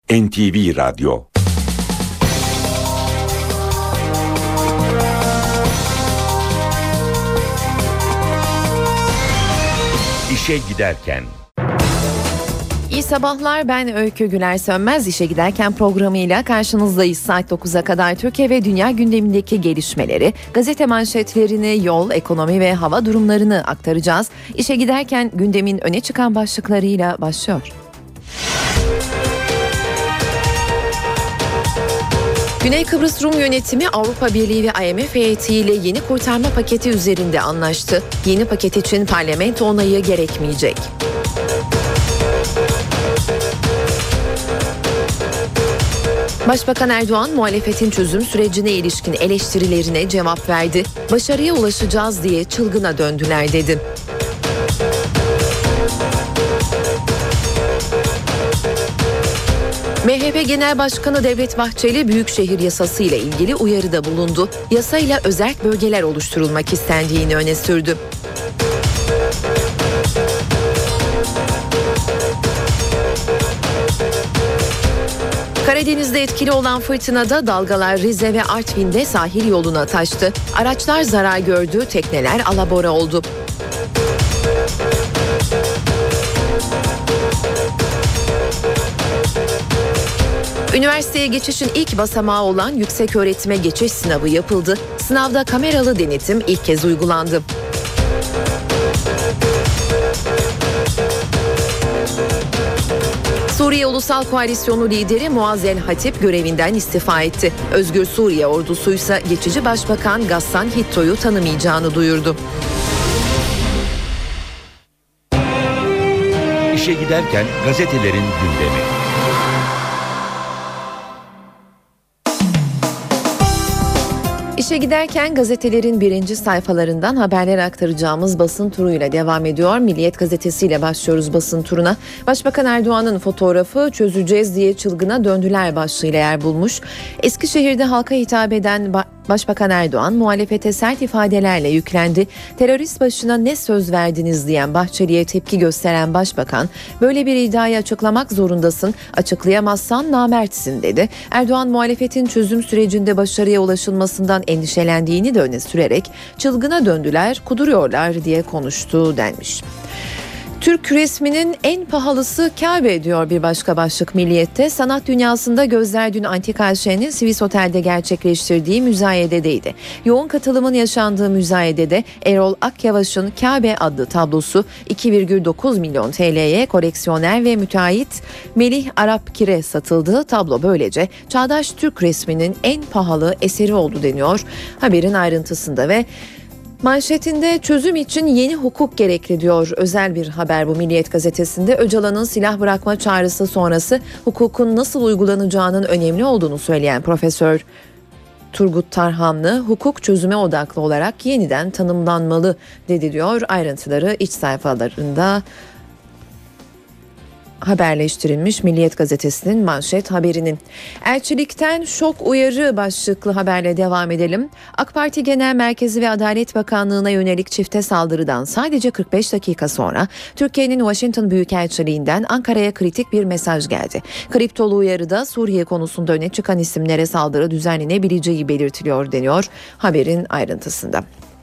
NTV Radyo. İşe giderken. İyi sabahlar, ben Öykü Güler Sönmez. İşe giderken programıyla karşınızdayız. Saat 9'a kadar Türkiye ve dünya gündemindeki gelişmeleri, gazete manşetlerini, yol, ekonomi ve hava durumlarını aktaracağız. İşe giderken gündemin öne çıkan başlıklarıyla başlıyor. Güney Kıbrıs Rum yönetimi Avrupa Birliği ve IMF heyetiyle yeni kurtarma paketi üzerinde anlaştı. Yeni paket için parlamento onayı gerekmeyecek. Başbakan Erdoğan, muhalefetin çözüm sürecine ilişkin eleştirilerine cevap verdi. Başarıya ulaşacağız diye çılgına döndüler dedi. MHP Genel Başkanı Devlet Bahçeli, Büyükşehir Yasası ile ilgili uyarıda bulundu. Yasayla özerk bölgeler oluşturulmak istendiğini öne sürdü. Karadeniz'de etkili olan fırtınada dalgalar Rize ve Artvin'de sahil yoluna taştı. Araçlar zarar gördü, tekneler alabora oldu. Üniversiteye geçişin ilk basamağı olan yükseköğretime geçiş sınavı yapıldı. Sınavda kameralı denetim ilk kez uygulandı. Suriye Ulusal Koalisyonu lideri Muazzel Hatip görevinden istifa etti. Özgür Suriye ordusuysa geçici başbakan Gassan Hitto'yu tanımayacağını duyurdu. İşe giderken gazetelerin gündemi. İşe giderken gazetelerin birinci sayfalarından haberler aktaracağımız basın turuyla devam ediyor. Milliyet gazetesiyle başlıyoruz basın turuna. Başbakan Erdoğan'ın fotoğrafı "Çözeceğiz diye çılgına döndüler" başlığıyla yer bulmuş. Eskişehir'de halka hitap eden Başbakan Erdoğan muhalefete sert ifadelerle yüklendi. Terörist başına ne söz verdiniz diyen Bahçeli'ye tepki gösteren Başbakan, "Böyle bir iddiayı açıklamak zorundasın, açıklayamazsan namertsin" dedi. Erdoğan muhalefetin çözüm sürecinde başarıya ulaşılmasından endişelendiğini de öne sürerek "Çılgına döndüler, kuduruyorlar" diye konuştu denmiş. Türk resminin en pahalısı Kabe diyor bir başka başlık Milliyet'te. Sanat dünyasında gözler dün Antik Ayşe'nin Swiss Otel'de gerçekleştirdiği müzayededeydi. Yoğun katılımın yaşandığı müzayedede Erol Akyavaş'ın Kabe adlı tablosu 2,9 milyon TL'ye koleksiyoner ve müteahhit Melih Arapkir'e satıldı. Tablo böylece çağdaş Türk resminin en pahalı eseri oldu deniyor haberin ayrıntısında ve manşetinde "Çözüm için yeni hukuk gerekli" diyor. Özel bir haber bu Milliyet gazetesinde. Öcalan'ın silah bırakma çağrısı sonrası hukukun nasıl uygulanacağının önemli olduğunu söyleyen Profesör Turgut Tarhanlı, "Hukuk çözüme odaklı olarak yeniden tanımlanmalı" dedi diyor. Ayrıntıları iç sayfalarında haberleştirilmiş Milliyet gazetesinin manşet haberinin. Elçilikten şok uyarı başlıklı haberle devam edelim. AK Parti Genel Merkezi ve Adalet Bakanlığı'na yönelik çifte saldırıdan sadece 45 dakika sonra Türkiye'nin Washington Büyükelçiliğinden Ankara'ya kritik bir mesaj geldi. Kriptolu uyarıda Suriye konusunda öne çıkan isimlere saldırı düzenlenebileceği belirtiliyor deniyor haberin ayrıntısında.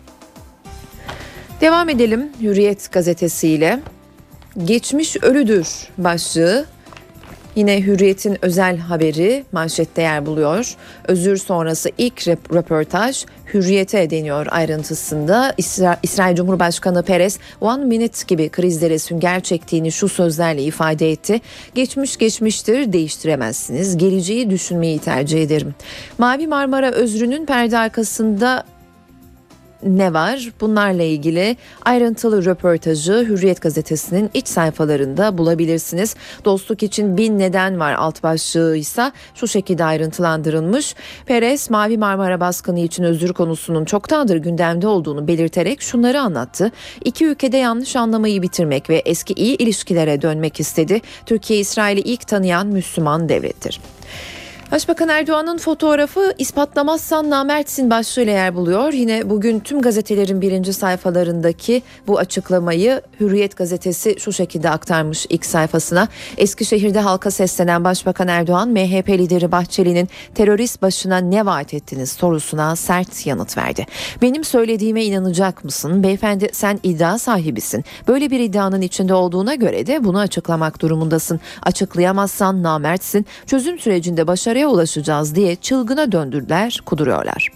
Devam edelim Hürriyet gazetesiyle. "Geçmiş ölüdür" başlığı yine Hürriyet'in özel haberi manşette yer buluyor. Özür sonrası ilk röportaj Hürriyet'e deniyor ayrıntısında. İsrail Cumhurbaşkanı Perez "One Minute" gibi krizlere sünger çektiğini şu sözlerle ifade etti. "Geçmiş geçmiştir, değiştiremezsiniz. Geleceği düşünmeyi tercih ederim." Mavi Marmara özrünün perde arkasında ne var? Bunlarla ilgili ayrıntılı röportajı Hürriyet gazetesinin iç sayfalarında bulabilirsiniz. "Dostluk için 1000 neden var" alt başlığı ise şu şekilde ayrıntılandırılmış. Perez, Mavi Marmara baskını için özür konusunun çoktandır gündemde olduğunu belirterek şunları anlattı. "İki ülkede yanlış anlamayı bitirmek ve eski iyi ilişkilere dönmek istedi. Türkiye, İsrail'i ilk tanıyan Müslüman devlettir." Başbakan Erdoğan'ın fotoğrafı ispatlamazsan namertsin başlığıyla yer buluyor. Yine bugün tüm gazetelerin birinci sayfalarındaki bu açıklamayı Hürriyet gazetesi şu şekilde aktarmış ilk sayfasına. Eskişehir'de halka seslenen Başbakan Erdoğan, MHP lideri Bahçeli'nin terörist başına ne vaat ettiniz sorusuna sert yanıt verdi. Benim söylediğime inanacak mısın? Beyefendi, sen iddia sahibisin. Böyle bir iddianın içinde olduğuna göre de bunu açıklamak durumundasın. Açıklayamazsan namertsin. Çözüm sürecinde başarıya ulaşacağız diye çılgına döndürdüler, kuduruyorlar.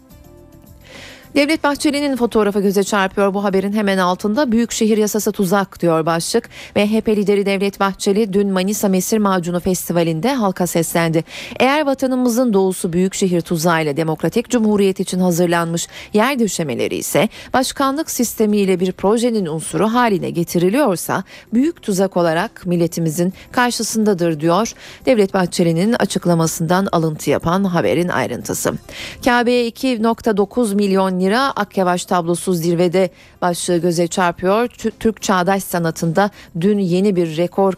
Devlet Bahçeli'nin fotoğrafı göze çarpıyor. Bu haberin hemen altında Büyükşehir Yasası tuzak diyor başlık. MHP lideri Devlet Bahçeli dün Manisa Mesir Macunu Festivali'nde halka seslendi. Eğer vatanımızın doğusu Büyükşehir tuzağıyla demokratik cumhuriyet için hazırlanmış yer döşemeleri ise başkanlık sistemiyle bir projenin unsuru haline getiriliyorsa büyük tuzak olarak milletimizin karşısındadır diyor. Devlet Bahçeli'nin açıklamasından alıntı yapan haberin ayrıntısı. Kabe'ye 2.9 milyon lira Akyavaş tablosu zirvede başlığı göze çarpıyor. Türk çağdaş sanatında dün yeni bir rekor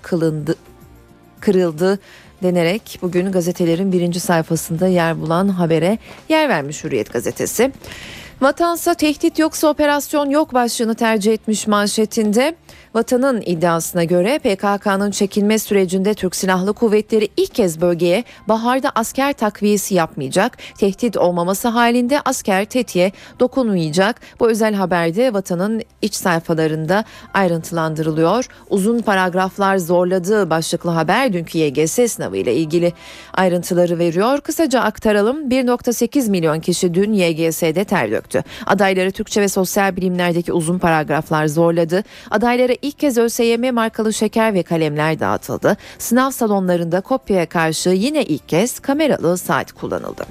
kırıldı denerek bugün gazetelerin birinci sayfasında yer bulan habere yer vermiş Hürriyet gazetesi. Vatansa tehdit yoksa operasyon yok başlığını tercih etmiş manşetinde. Vatanın iddiasına göre PKK'nın çekilme sürecinde Türk Silahlı Kuvvetleri ilk kez bölgeye baharda asker takviyesi yapmayacak. Tehdit olmaması halinde asker tetiğe dokunmayacak. Bu özel haberde Vatan'ın iç sayfalarında ayrıntılandırılıyor. Uzun paragraflar zorladığı başlıklı haber dünkü YGS sınavı ile ilgili ayrıntıları veriyor. Kısaca aktaralım. 1.8 milyon kişi dün YGS'de ter döktü. Adayları Türkçe ve sosyal bilimlerdeki uzun paragraflar zorladı. Adaylara ilk kez ÖSYM markalı şeker ve kalemler dağıtıldı. Sınav salonlarında kopyaya karşı yine ilk kez kameralı saat kullanıldı.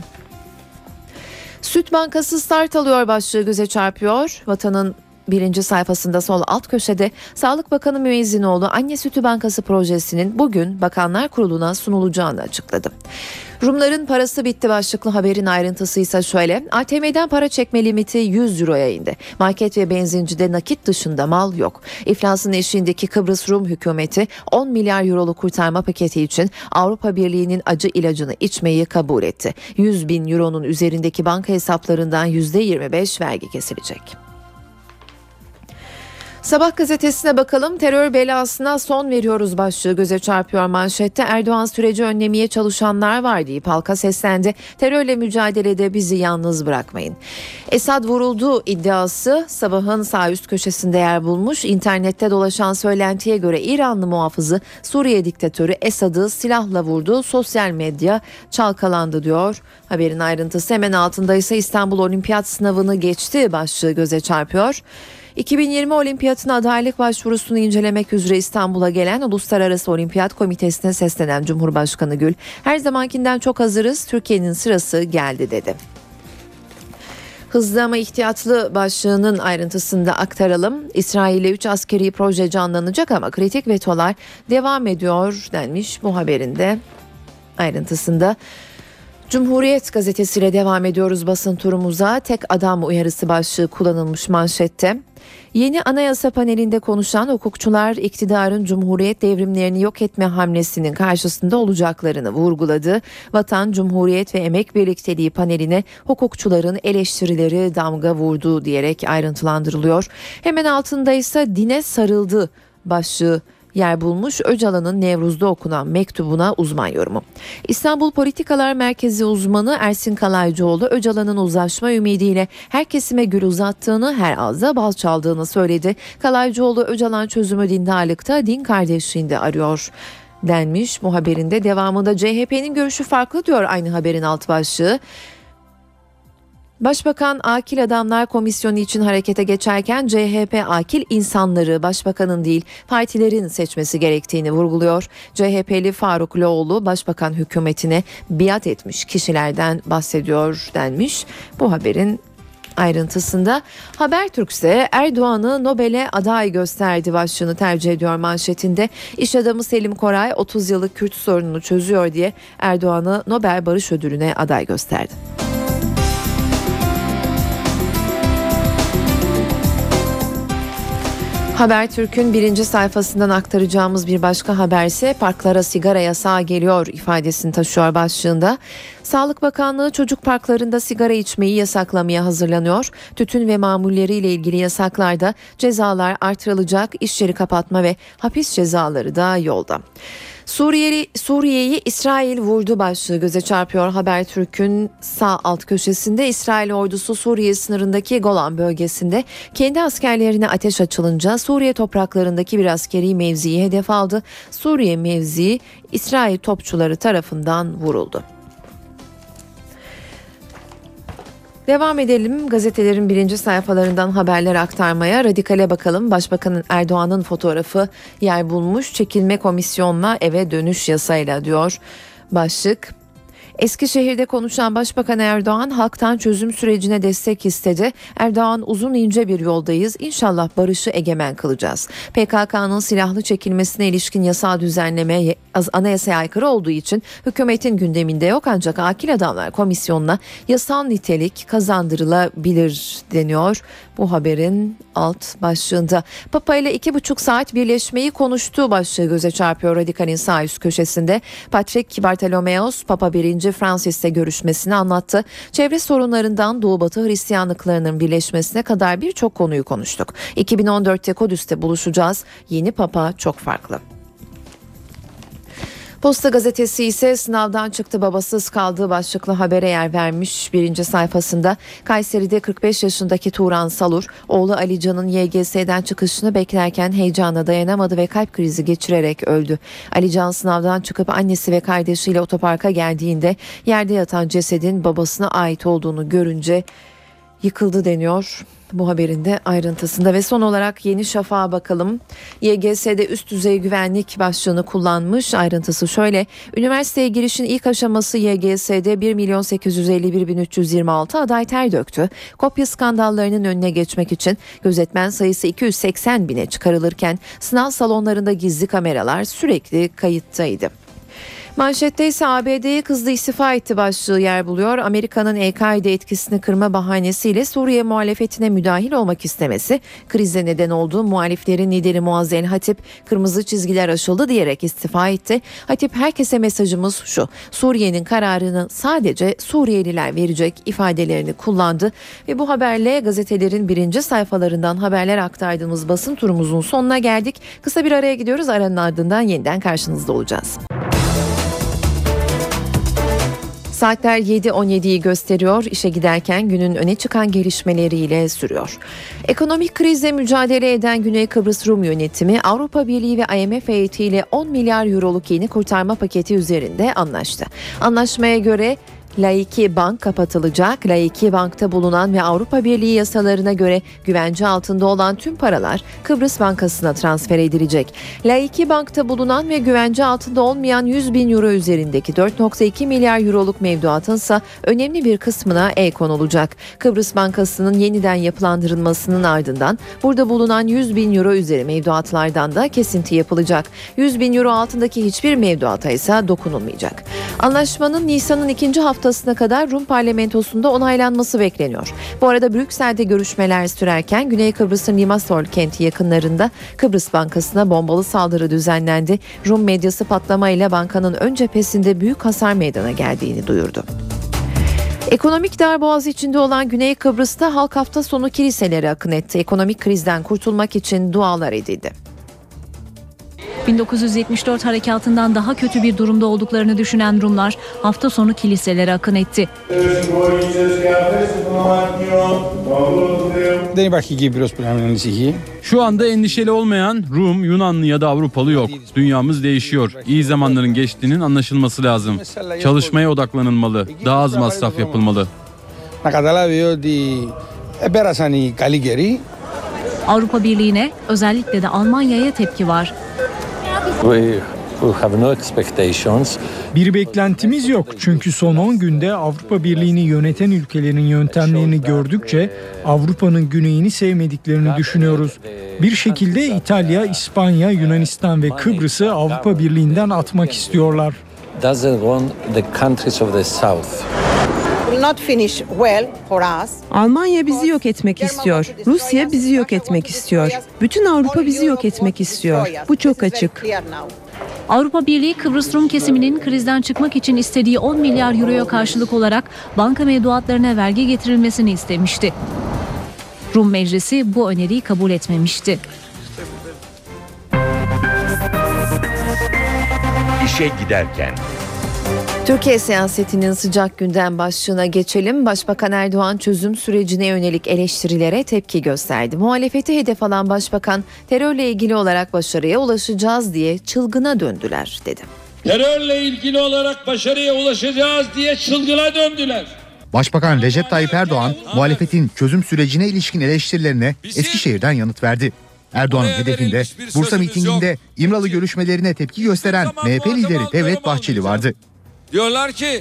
Süt Bankası start alıyor başlığı göze çarpıyor. Vatanın birinci sayfasında sol alt köşede Sağlık Bakanı Müezzinoğlu Anne Sütü Bankası projesinin bugün Bakanlar Kurulu'na sunulacağını açıkladı. Rumların parası bitti başlıklı haberin ayrıntısı ise şöyle. ATM'den para çekme limiti 100 euroya indi. Market ve benzincide nakit dışında mal yok. İflasın eşiğindeki Kıbrıs Rum hükümeti 10 milyar euroluk kurtarma paketi için Avrupa Birliği'nin acı ilacını içmeyi kabul etti. 100 bin euronun üzerindeki banka hesaplarından %25 vergi kesilecek. Sabah gazetesine bakalım. Terör belasına son veriyoruz başlığı göze çarpıyor manşette. Erdoğan süreci önlemeye çalışanlar var deyip halka seslendi. Terörle mücadelede bizi yalnız bırakmayın. Esad vuruldu iddiası sabahın sağ üst köşesinde yer bulmuş. İnternette dolaşan söylentiye göre İranlı muhafızı Suriye diktatörü Esad'ı silahla vurdu. Sosyal medya çalkalandı diyor. Haberin ayrıntısı hemen altında ise İstanbul Olimpiyat sınavını geçti başlığı göze çarpıyor. 2020 Olimpiyatına adaylık başvurusunu incelemek üzere İstanbul'a gelen Uluslararası Olimpiyat Komitesi'ne seslenen Cumhurbaşkanı Gül, her zamankinden çok hazırız, Türkiye'nin sırası geldi dedi. Hızlı ama ihtiyatlı başlığının ayrıntısında aktaralım. İsrail'e 3 askeri proje canlanacak ama kritik vetolar devam ediyor denmiş bu haberin de ayrıntısında. Cumhuriyet gazetesiyle devam ediyoruz basın turumuza. Tek adam uyarısı başlığı kullanılmış manşette. Yeni anayasa panelinde konuşan hukukçular iktidarın Cumhuriyet devrimlerini yok etme hamlesinin karşısında olacaklarını vurguladı. Vatan, Cumhuriyet ve Emek Birlikteliği paneline hukukçuların eleştirileri damga vurdu diyerek ayrıntılandırılıyor. Hemen altında ise dine sarıldı başlığı yer bulmuş. Öcalan'ın Nevruz'da okunan mektubuna uzman yorumu. İstanbul Politikalar Merkezi uzmanı Ersin Kalaycıoğlu, Öcalan'ın uzlaşma ümidiyle her kesime gül uzattığını, her ağza bal çaldığını söyledi. Kalaycıoğlu, Öcalan çözümü dindarlıkta, din kardeşliğinde arıyor denmiş. Bu haberin de devamında CHP'nin görüşü farklı diyor aynı haberin alt başlığı. Başbakan Akil Adamlar Komisyonu için harekete geçerken CHP akil insanları başbakanın değil partilerin seçmesi gerektiğini vurguluyor. CHP'li Faruk Loğlu başbakan hükümetine biat etmiş kişilerden bahsediyor denmiş. Bu haberin ayrıntısında Habertürk ise Erdoğan'ı Nobel'e aday gösterdi başlığını tercih ediyor manşetinde. İş adamı Selim Koray 30 yıllık Kürt sorununu çözüyor diye Erdoğan'ı Nobel Barış Ödülü'ne aday gösterdi. Habertürk'ün birinci sayfasından aktaracağımız bir başka haberse parklara sigara yasağı geliyor ifadesini taşıyor başlığında. Sağlık Bakanlığı çocuk parklarında sigara içmeyi yasaklamaya hazırlanıyor. Tütün ve mamulleriyle ilgili yasaklarda cezalar artırılacak, iş yeri kapatma ve hapis cezaları da yolda. Suriye'yi İsrail vurdu başlığı göze çarpıyor Habertürk'ün sağ alt köşesinde. İsrail ordusu Suriye sınırındaki Golan bölgesinde kendi askerlerine ateş açılınca Suriye topraklarındaki bir askeri mevziyi hedef aldı. Suriye mevzii İsrail topçuları tarafından vuruldu. Devam edelim gazetelerin birinci sayfalarından haberler aktarmaya. Radikale bakalım. Başbakan Erdoğan'ın fotoğrafı yer bulmuş. Çekilme komisyonla eve dönüş yasayla diyor başlık. Eskişehir'de konuşan Başbakan Erdoğan halktan çözüm sürecine destek istedi. Erdoğan uzun ince bir yoldayız. İnşallah barışı egemen kılacağız. PKK'nın silahlı çekilmesine ilişkin yasal düzenleme anayasaya aykırı olduğu için hükümetin gündeminde yok, ancak akil adamlar komisyonuna yasal nitelik kazandırılabilir deniyor bu haberin alt başlığında. Papa ile 2,5 saat birleşmeyi konuştuğu başlığı göze çarpıyor Radikal'in sağ üst köşesinde. Patrik Bartolomeos Papa 1. Francis'le görüşmesini anlattı. Çevre sorunlarından Doğu Batı Hristiyanlıklarının birleşmesine kadar birçok konuyu konuştuk. 2014'te Kudüs'te buluşacağız. Yeni Papa çok farklı. Posta gazetesi ise sınavdan çıktı babasız kaldığı başlıklı habere yer vermiş birinci sayfasında. Kayseri'de 45 yaşındaki Turan Salur, oğlu Alican'ın YGS'den çıkışını beklerken heyecana dayanamadı ve kalp krizi geçirerek öldü. Alican sınavdan çıkıp annesi ve kardeşiyle otoparka geldiğinde yerde yatan cesedin babasına ait olduğunu görünce yıkıldı deniyor bu haberin de ayrıntısında. Ve son olarak Yeni Şafak'a bakalım. YGS'de üst düzey güvenlik başlığını kullanmış. Ayrıntısı şöyle: üniversiteye girişin ilk aşaması YGS'de 1.851.326 aday ter döktü. Kopya skandallarının önüne geçmek için gözetmen sayısı 280.000'e çıkarılırken sınav salonlarında gizli kameralar sürekli kayıttaydı. Manşette ise ABD'ye kızdı, istifa etti başlığı yer buluyor. Amerika'nın El-Kaide etkisini kırma bahanesiyle Suriye muhalefetine müdahil olmak istemesi krize neden oldu. Muhaliflerin lideri Muaz el-Hatip kırmızı çizgiler aşıldı diyerek istifa etti. Hatip herkese mesajımız şu: Suriye'nin kararını sadece Suriyeliler verecek ifadelerini kullandı. Ve bu haberle gazetelerin birinci sayfalarından haberler aktardığımız basın turumuzun sonuna geldik. Kısa bir araya gidiyoruz. Aranın ardından yeniden karşınızda olacağız. Saatler 7.17'yi gösteriyor. İşe giderken günün öne çıkan gelişmeleriyle sürüyor. Ekonomik krizle mücadele eden Güney Kıbrıs Rum yönetimi Avrupa Birliği ve IMF heyetiyle 10 milyar euroluk yeni kurtarma paketi üzerinde anlaştı. Anlaşmaya göre Laiki Bank kapatılacak. Laiki Bank'ta bulunan ve Avrupa Birliği yasalarına göre güvence altında olan tüm paralar Kıbrıs Bankası'na transfer edilecek. Laiki Bank'ta bulunan ve güvence altında olmayan 100.000 euro üzerindeki 4.2 milyar euroluk mevduatınsa önemli bir kısmına el konulacak. Kıbrıs Bankası'nın yeniden yapılandırılmasının ardından burada bulunan 100.000 euro üzeri mevduatlardan da kesinti yapılacak. 100.000 euro altındaki hiçbir mevduata ise dokunulmayacak. Anlaşmanın Nisan'ın ikinci haftasına kadar Rum parlamentosunda onaylanması bekleniyor. Bu arada Brüksel'de görüşmeler sürerken Güney Kıbrıs'ın Limassol kenti yakınlarında Kıbrıs Bankası'na bombalı saldırı düzenlendi. Rum medyası patlamayla bankanın ön cephesinde büyük hasar meydana geldiğini duyurdu. Ekonomik darboğaz içinde olan Güney Kıbrıs'ta halk hafta sonu kiliselere akın etti. Ekonomik krizden kurtulmak için dualar edildi. 1974 harekatından daha kötü bir durumda olduklarını düşünen Rumlar hafta sonu kiliselere akın etti. Şu anda endişeli olmayan Rum, Yunanlı ya da Avrupalı yok. Dünyamız değişiyor. İyi zamanların geçtiğinin anlaşılması lazım. Çalışmaya odaklanılmalı. Daha az masraf yapılmalı. Avrupa Birliği'ne, özellikle de Almanya'ya tepki var. Bir beklentimiz yok çünkü son 10 günde Avrupa Birliği'ni yöneten ülkelerin yöntemlerini gördükçe Avrupa'nın güneyini sevmediklerini düşünüyoruz. Bir şekilde İtalya, İspanya, Yunanistan ve Kıbrıs'ı Avrupa Birliği'nden atmak istiyorlar. Almanya bizi yok etmek istiyor. Rusya bizi yok etmek istiyor. Bütün Avrupa bizi yok etmek istiyor. Bu çok açık. Avrupa Birliği Kıbrıs Rum kesiminin krizden çıkmak için istediği 10 milyar euroya karşılık olarak banka mevduatlarına vergi getirilmesini istemişti. Rum Meclisi bu öneriyi kabul etmemişti. İşe giderken. Türkiye siyasetinin sıcak gündem başlığına geçelim. Başbakan Erdoğan çözüm sürecine yönelik eleştirilere tepki gösterdi. Muhalefeti hedef alan başbakan terörle ilgili olarak başarıya ulaşacağız diye çılgına döndüler dedi. Terörle ilgili olarak başarıya ulaşacağız diye çılgına döndüler. Başbakan Recep Tayyip Erdoğan muhalefetin çözüm sürecine ilişkin eleştirilerine Eskişehir'den yanıt verdi. Erdoğan'ın hedefinde Bursa mitinginde İmralı görüşmelerine tepki gösteren MHP lideri Devlet Bahçeli vardı. Diyorlar ki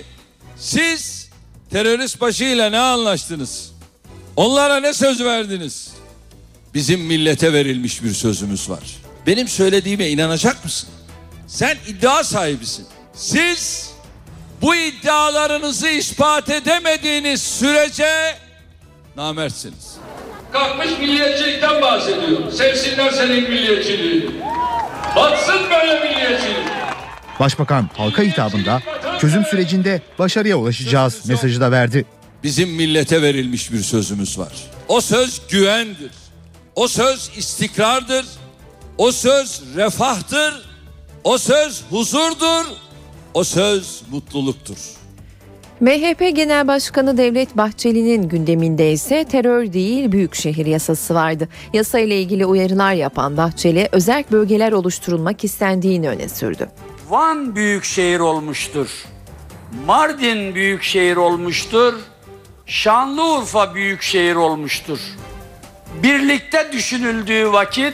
siz terörist başıyla ne anlaştınız? Onlara ne söz verdiniz? Bizim millete verilmiş bir sözümüz var. Benim söylediğime inanacak mısın? Sen iddia sahibisin. Siz bu iddialarınızı ispat edemediğiniz sürece namertsiniz. Kalkmış milliyetçilikten bahsediyor. Sevsinler senin milliyetçiliğini. Batsın böyle milliyetçilik. Başbakan halka hitabında çözüm sürecinde başarıya ulaşacağız mesajı da verdi. Bizim millete verilmiş bir sözümüz var. O söz güvendir. O söz istikrardır. O söz refahtır. O söz huzurdur. O söz mutluluktur. MHP Genel Başkanı Devlet Bahçeli'nin gündeminde ise terör değil büyükşehir yasası vardı. Yasa ile ilgili uyarılar yapan Bahçeli, özerk bölgeler oluşturulmak istendiğini öne sürdü. Van büyükşehir olmuştur. Mardin büyükşehir olmuştur. Şanlıurfa büyükşehir olmuştur. Birlikte düşünüldüğü vakit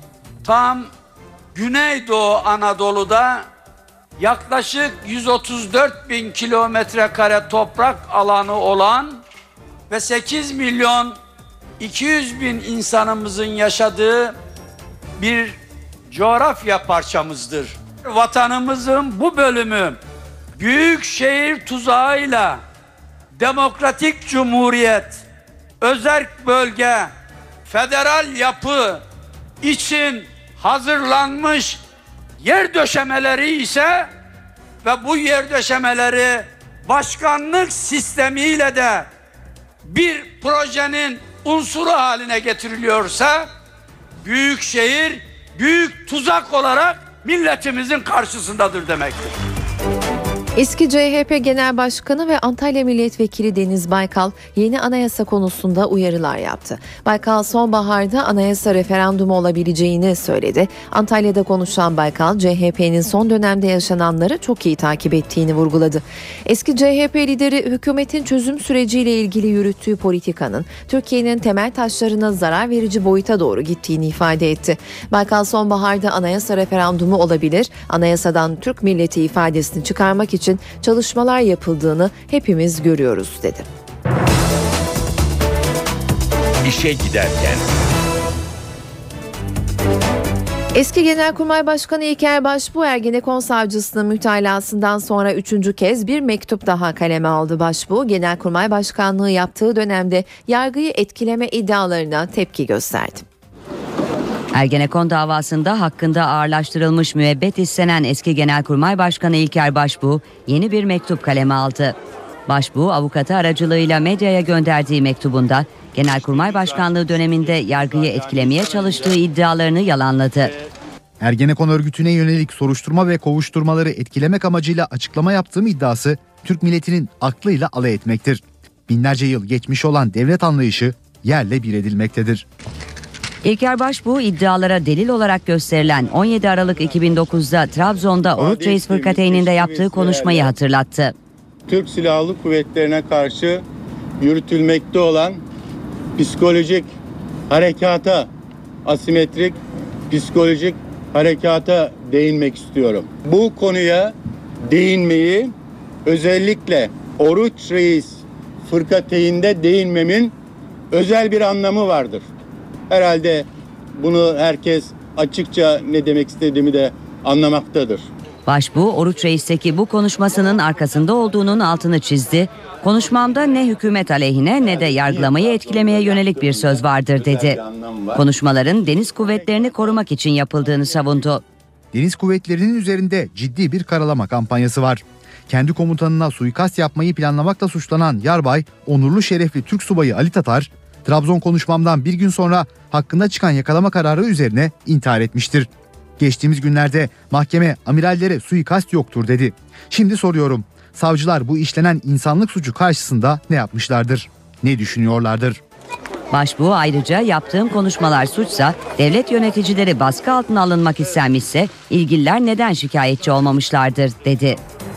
tam Güneydoğu Anadolu'da yaklaşık 134 bin kilometre kare toprak alanı olan ve 8 milyon 200 bin insanımızın yaşadığı bir coğrafya parçamızdır. Vatanımızın bu bölümü büyükşehir tuzağıyla demokratik cumhuriyet, özerk bölge, federal yapı için hazırlanmış yer döşemeleri ise ve bu yer döşemeleri başkanlık sistemiyle de bir projenin unsuru haline getiriliyorsa büyükşehir büyük tuzak olarak milletimizin karşısındadır demektir. Eski CHP Genel Başkanı ve Antalya Milletvekili Deniz Baykal yeni anayasa konusunda uyarılar yaptı. Baykal sonbaharda anayasa referandumu olabileceğini söyledi. Antalya'da konuşan Baykal, CHP'nin son dönemde yaşananları çok iyi takip ettiğini vurguladı. Eski CHP lideri hükümetin çözüm süreciyle ilgili yürüttüğü politikanın Türkiye'nin temel taşlarına zarar verici boyuta doğru gittiğini ifade etti. Baykal sonbaharda anayasa referandumu olabilir, anayasadan Türk milleti ifadesini çıkarmak için çalışmalar yapıldığını hepimiz görüyoruz dedi. İşe giderken. Eski Genelkurmay Başkanı İlker Başbuğ Ergenekon Savcısının mütalasından sonra 3. kez bir mektup daha kaleme aldı. Başbuğ, Genelkurmay Başkanlığı yaptığı dönemde yargıyı etkileme iddialarına tepki gösterdi. Ergenekon davasında hakkında ağırlaştırılmış müebbet istenen eski Genelkurmay Başkanı İlker Başbuğ yeni bir mektup kaleme aldı. Başbuğ avukatı aracılığıyla medyaya gönderdiği mektubunda Genelkurmay Başkanlığı döneminde yargıyı etkilemeye çalıştığı iddialarını yalanladı. Ergenekon örgütüne yönelik soruşturma ve kovuşturmaları etkilemek amacıyla açıklama yaptığım iddiası Türk milletinin aklıyla alay etmektir. Binlerce yıl geçmiş olan devlet anlayışı yerle bir edilmektedir. İlker Başbuğ iddialara delil olarak gösterilen 17 Aralık 2009'da Trabzon'da Oruç Reis Fırkateyn'inde yaptığı konuşmayı hatırlattı. Türk Silahlı Kuvvetleri'ne karşı yürütülmekte olan psikolojik harekata, asimetrik psikolojik harekata değinmek istiyorum. Bu konuya değinmeyi özellikle Oruç Reis Fırkateyn'de değinmemin özel bir anlamı vardır. Herhalde bunu herkes açıkça ne demek istediğimi de anlamaktadır. Başbuğ Oruç Reis'teki bu konuşmasının arkasında olduğunun altını çizdi. Konuşmamda ne hükümet aleyhine ne de yargılamayı etkilemeye yönelik bir söz vardır dedi. Konuşmaların deniz kuvvetlerini korumak için yapıldığını savundu. Deniz kuvvetlerinin üzerinde ciddi bir karalama kampanyası var. Kendi komutanına suikast yapmayı planlamakla suçlanan yarbay, onurlu şerefli Türk subayı Ali Tatar, Trabzon konuşmamdan bir gün sonra hakkında çıkan yakalama kararı üzerine intihar etmiştir. Geçtiğimiz günlerde mahkeme amirallere suikast yoktur dedi. Şimdi soruyorum, savcılar bu işlenen insanlık suçu karşısında ne yapmışlardır? Ne düşünüyorlardır? Başbuğ ayrıca yaptığım konuşmalar suçsa, devlet yöneticileri baskı altına alınmak istenmişse ilgililer neden şikayetçi olmamışlardır dedi.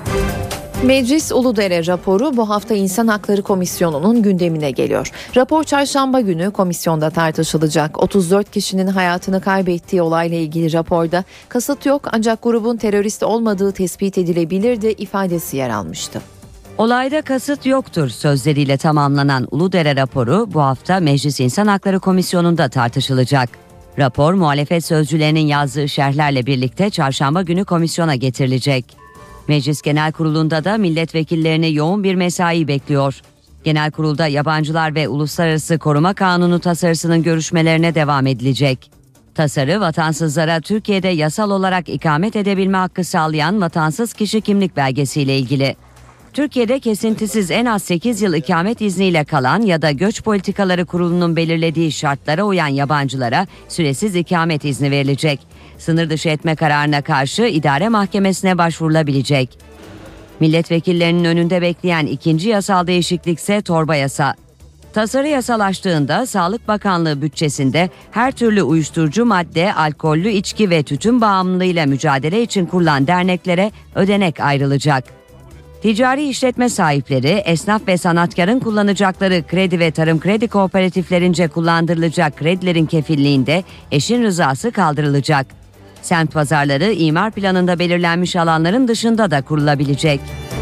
Meclis Uludere raporu bu hafta İnsan Hakları Komisyonu'nun gündemine geliyor. Rapor çarşamba günü komisyonda tartışılacak. 34 kişinin hayatını kaybettiği olayla ilgili raporda kasıt yok ancak grubun terörist olmadığı tespit edilebilir de ifadesi yer almıştı. Olayda kasıt yoktur sözleriyle tamamlanan Uludere raporu bu hafta Meclis İnsan Hakları Komisyonu'nda tartışılacak. Rapor muhalefet sözcülerinin yazdığı şerhlerle birlikte çarşamba günü komisyona getirilecek. Meclis Genel Kurulu'nda da milletvekillerini yoğun bir mesai bekliyor. Genel Kurul'da Yabancılar ve Uluslararası Koruma Kanunu tasarısının görüşmelerine devam edilecek. Tasarı vatansızlara Türkiye'de yasal olarak ikamet edebilme hakkı sağlayan vatansız kişi kimlik belgesiyle ilgili. Türkiye'de kesintisiz en az 8 yıl ikamet izniyle kalan ya da Göç Politikaları Kurulu'nun belirlediği şartlara uyan yabancılara süresiz ikamet izni verilecek. Sınır dışı etme kararına karşı idare mahkemesine başvurulabilecek. Milletvekillerinin önünde bekleyen ikinci yasal değişiklikse torba yasa. Tasarı yasalaştığında Sağlık Bakanlığı bütçesinde her türlü uyuşturucu madde, alkollü içki ve tütün bağımlılığıyla mücadele için kurulan derneklere ödenek ayrılacak. Ticari işletme sahipleri, esnaf ve sanatkarın kullanacakları kredi ve tarım kredi kooperatiflerince kullandırılacak kredilerin kefilliğinde eşin rızası kaldırılacak. Semt pazarları imar planında belirlenmiş alanların dışında da kurulabilecek.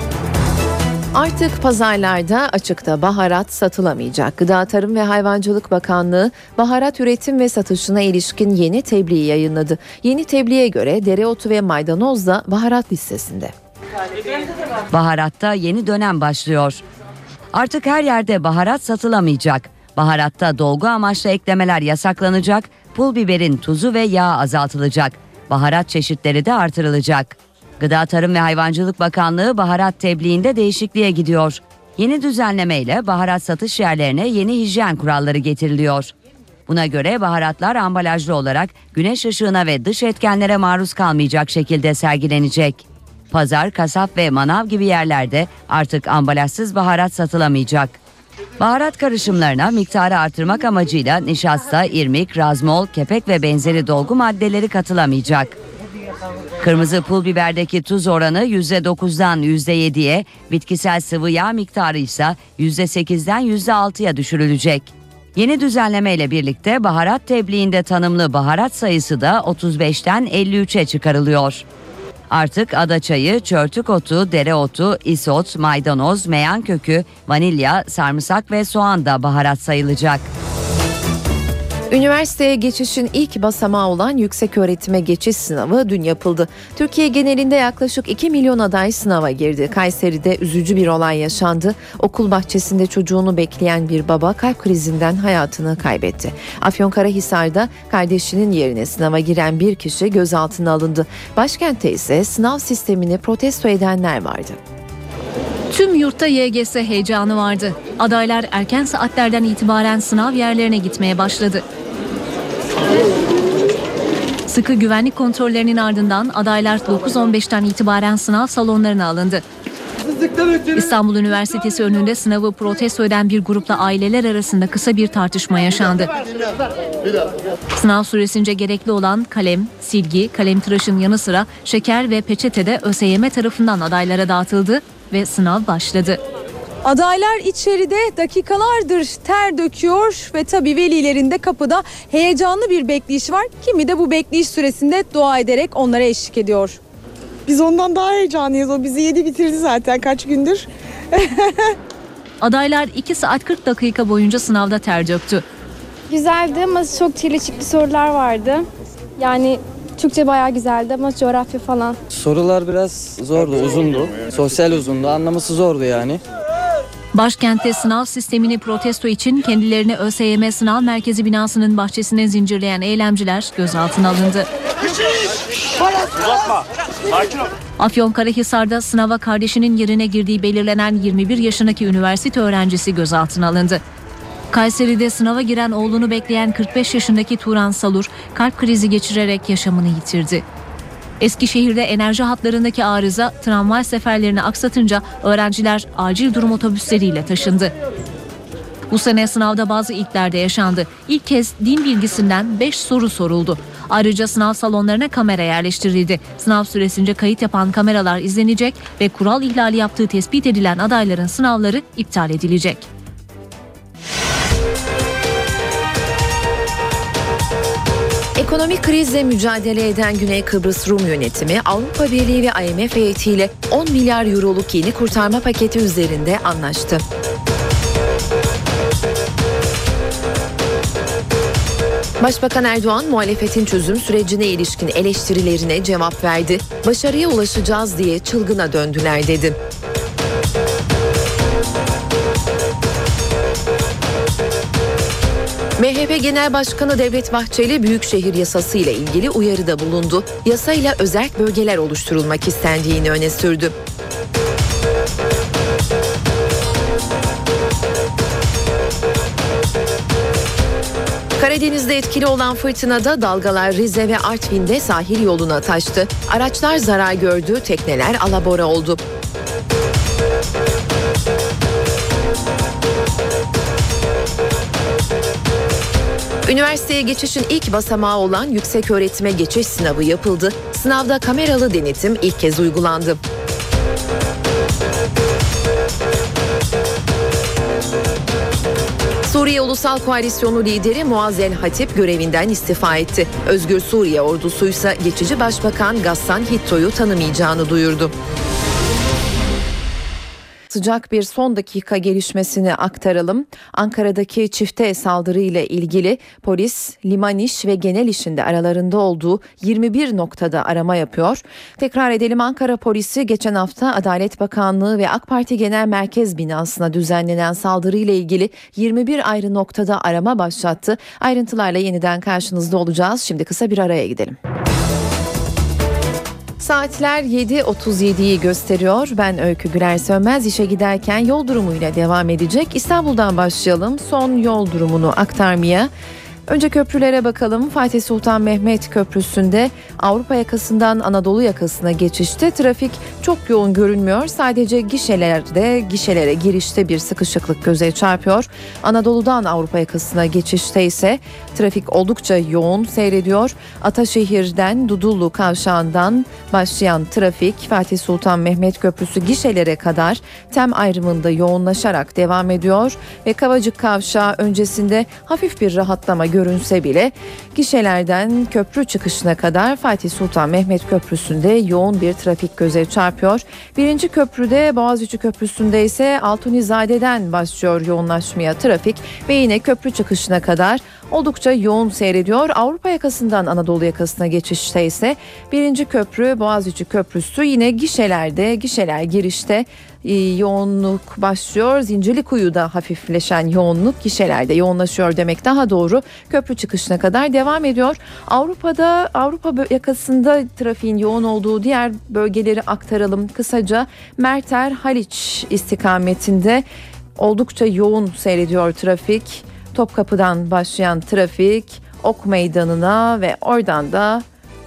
Artık pazarlarda açıkta baharat satılamayacak. Gıda Tarım ve Hayvancılık Bakanlığı baharat üretim ve satışına ilişkin yeni tebliği yayınladı. Yeni tebliğe göre dereotu ve maydanoz da baharat listesinde. Baharatta yeni dönem başlıyor. Artık her yerde baharat satılamayacak. Baharatta dolgu amaçlı eklemeler yasaklanacak, pul biberin tuzu ve yağı azaltılacak. Baharat çeşitleri de artırılacak. Gıda Tarım ve Hayvancılık Bakanlığı baharat tebliğinde değişikliğe gidiyor. Yeni düzenlemeyle baharat satış yerlerine yeni hijyen kuralları getiriliyor. Buna göre baharatlar ambalajlı olarak güneş ışığına ve dış etkenlere maruz kalmayacak şekilde sergilenecek. Pazar, kasap ve manav gibi yerlerde artık ambalajsız baharat satılamayacak. Baharat karışımlarına miktarı artırmak amacıyla nişasta, irmik, razmol, kepek ve benzeri dolgu maddeleri katılamayacak. Kırmızı pul biberdeki tuz oranı %9'dan %7'ye, bitkisel sıvı yağ miktarı ise %8'den %6'ya düşürülecek. Yeni düzenlemeyle birlikte baharat tebliğinde tanımlı baharat sayısı da 35'ten 53'e çıkarılıyor. Artık adaçayı, çörtük otu, dereotu, isot, maydanoz, meyan kökü, vanilya, sarımsak ve soğan da baharat sayılacak. Üniversiteye geçişin ilk basamağı olan yükseköğretime geçiş sınavı dün yapıldı. Türkiye genelinde yaklaşık 2 milyon aday sınava girdi. Kayseri'de üzücü bir olay yaşandı. Okul bahçesinde çocuğunu bekleyen bir baba kalp krizinden hayatını kaybetti. Afyonkarahisar'da kardeşinin yerine sınava giren bir kişi gözaltına alındı. Başkentte ise sınav sistemini protesto edenler vardı. Tüm yurtta YGS heyecanı vardı. Adaylar erken saatlerden itibaren sınav yerlerine gitmeye başladı. Sıkı güvenlik kontrollerinin ardından adaylar 9.15'ten itibaren sınav salonlarına alındı. İstanbul Üniversitesi önünde sınavı protesto eden bir grupla aileler arasında kısa bir tartışma yaşandı. Sınav süresince gerekli olan kalem, silgi, kalemtıraşın yanı sıra şeker ve peçete de ÖSYM tarafından adaylara dağıtıldı ve sınav başladı. Adaylar içeride dakikalardır ter döküyor ve tabii velilerin de kapıda heyecanlı bir bekleyiş var. Kimi de bu bekleyiş süresinde dua ederek onlara eşlik ediyor. Biz ondan daha heyecanlıyız. O bizi yedi bitirdi zaten kaç gündür. Adaylar 2 saat 40 dakika boyunca sınavda ter döktü. Güzeldi ama çok çelişkili sorular vardı. Yani Türkçe bayağı güzeldi ama coğrafya falan. Sorular biraz zordu, uzundu. Sosyal uzundu, anlaması zordu yani. Başkentte sınav sistemini protesto için kendilerini ÖSYM Sınav Merkezi binasının bahçesine zincirleyen eylemciler gözaltına alındı. Afyonkarahisar'da sınava kardeşinin yerine girdiği belirlenen 21 yaşındaki üniversite öğrencisi gözaltına alındı. Kayseri'de sınava giren oğlunu bekleyen 45 yaşındaki Turan Salur kalp krizi geçirerek yaşamını yitirdi. Eskişehir'de enerji hatlarındaki arıza tramvay seferlerini aksatınca öğrenciler acil durum otobüsleriyle taşındı. Bu sene sınavda bazı ilkler de yaşandı. İlk kez din bilgisinden 5 soru soruldu. Ayrıca sınav salonlarına kamera yerleştirildi. Sınav süresince kayıt yapan kameralar izlenecek ve kural ihlali yaptığı tespit edilen adayların sınavları iptal edilecek. Ekonomik krizle mücadele eden Güney Kıbrıs Rum yönetimi Avrupa Birliği ve IMF heyetiyle 10 milyar euroluk yeni kurtarma paketi üzerinde anlaştı. Başbakan Erdoğan muhalefetin çözüm sürecine ilişkin eleştirilerine cevap verdi. Başarıya ulaşacağız diye çılgına döndüler dedi. MHP Genel Başkanı Devlet Bahçeli Büyükşehir Yasası ile ilgili uyarıda bulundu. Yasayla özerk bölgeler oluşturulmak istendiğini öne sürdü. Karadeniz'de etkili olan fırtınada dalgalar Rize ve Artvin'de sahil yoluna taştı. Araçlar zarar gördü, tekneler alabora oldu. Üniversiteye geçişin ilk basamağı olan yükseköğretime geçiş sınavı yapıldı. Sınavda kameralı denetim ilk kez uygulandı. Suriye Ulusal Koalisyonu lideri Muazzel Hatip görevinden istifa etti. Özgür Suriye ordusuysa geçici başbakan Gassan Hitto'yu tanımayacağını duyurdu. Sıcak bir son dakika gelişmesini aktaralım. Ankara'daki çifte saldırı ile ilgili polis liman iş ve genel işinde aralarında olduğu 21 noktada arama yapıyor. Tekrar edelim, Ankara polisi geçen hafta Adalet Bakanlığı ve AK Parti Genel Merkez binasına düzenlenen saldırı ile ilgili 21 ayrı noktada arama başlattı. Ayrıntılarla yeniden karşınızda olacağız. Şimdi kısa bir araya gidelim. Saatler 7.37'yi gösteriyor. Ben Öykü Güler Sönmez. İşe giderken yol durumuyla devam edecek. İstanbul'dan başlayalım. Son yol durumunu aktarmaya. Önce köprülere bakalım. Fatih Sultan Mehmet Köprüsü'nde Avrupa yakasından Anadolu yakasına geçişte trafik çok yoğun görünmüyor. Sadece gişelere girişte bir sıkışıklık göze çarpıyor. Anadolu'dan Avrupa yakasına geçişte ise trafik oldukça yoğun seyrediyor. Ataşehir'den Dudullu Kavşağı'ndan başlayan trafik Fatih Sultan Mehmet Köprüsü gişelere kadar tem ayrımında yoğunlaşarak devam ediyor ve Kavacık Kavşağı öncesinde hafif bir rahatlama görünse bile gişelerden köprü çıkışına kadar Fatih Sultan Mehmet Köprüsü'nde yoğun bir trafik göze çarpıyor. Birinci köprüde, Boğaziçi Köprüsü'nde ise Altunizade'den başlıyor yoğunlaşmaya trafik ve yine köprü çıkışına kadar oldukça yoğun seyrediyor. Avrupa yakasından Anadolu yakasına geçişte ise birinci köprü Boğaziçi Köprüsü yine gişeler girişte yoğunluk başlıyor. Zincirlikuyu'da hafifleşen yoğunluk gişelerde yoğunlaşıyor demek daha doğru. Köprü çıkışına kadar devam ediyor. Avrupa yakasında trafiğin yoğun olduğu diğer bölgeleri aktaralım kısaca. Merter Haliç istikametinde oldukça yoğun seyrediyor trafik. Topkapı'dan başlayan trafik Ok Meydanı'na ve oradan da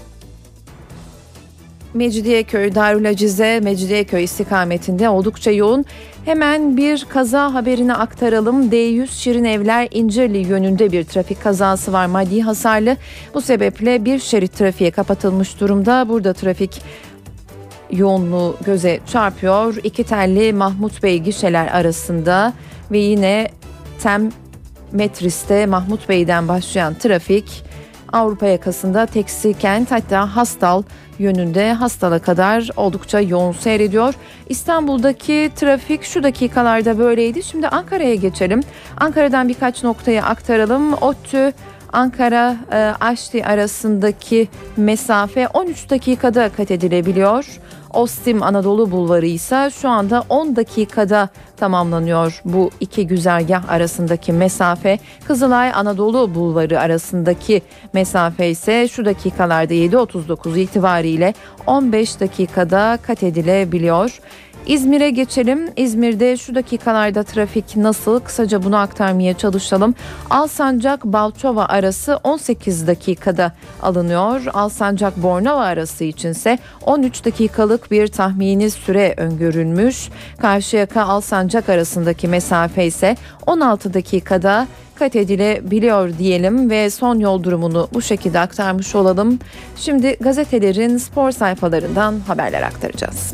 Mecidiyeköy, Darülacize, Mecidiyeköy istikametinde oldukça yoğun. Hemen bir kaza haberini aktaralım. D100 Şirinevler İncirli yönünde bir trafik kazası var, maddi hasarlı. Bu sebeple bir şerit trafiğe kapatılmış durumda. Burada trafik yoğunluğu göze çarpıyor. İki telli Mahmut Bey gişeler arasında ve yine Tem Metris'te Mahmut Bey'den başlayan trafik Avrupa yakasında Teksikent hatta Hastal yönünde Hastal'a kadar oldukça yoğun seyrediyor. İstanbul'daki trafik şu dakikalarda böyleydi. Şimdi Ankara'ya geçelim. Ankara'dan birkaç noktaya aktaralım. ODTÜ Ankara Aşti arasındaki mesafe 13 dakikada kat edilebiliyor. Ostim Anadolu Bulvarı ise şu anda 10 dakikada tamamlanıyor. Bu iki güzergah arasındaki mesafe, Kızılay Anadolu Bulvarı arasındaki mesafe ise şu dakikalarda 7.39 itibariyle 15 dakikada kat edilebiliyor. İzmir'e geçelim. İzmir'de şu dakikalarda trafik nasıl? Kısaca bunu aktarmaya çalışalım. Alsancak-Balçova arası 18 dakikada alınıyor. Alsancak-Bornova arası içinse 13 dakikalık bir tahmini süre öngörülmüş. Karşıyaka-Alsancak arasındaki mesafe ise 16 dakikada kat edilebiliyor diyelim ve son yol durumunu bu şekilde aktarmış olalım. Şimdi gazetelerin spor sayfalarından haberler aktaracağız.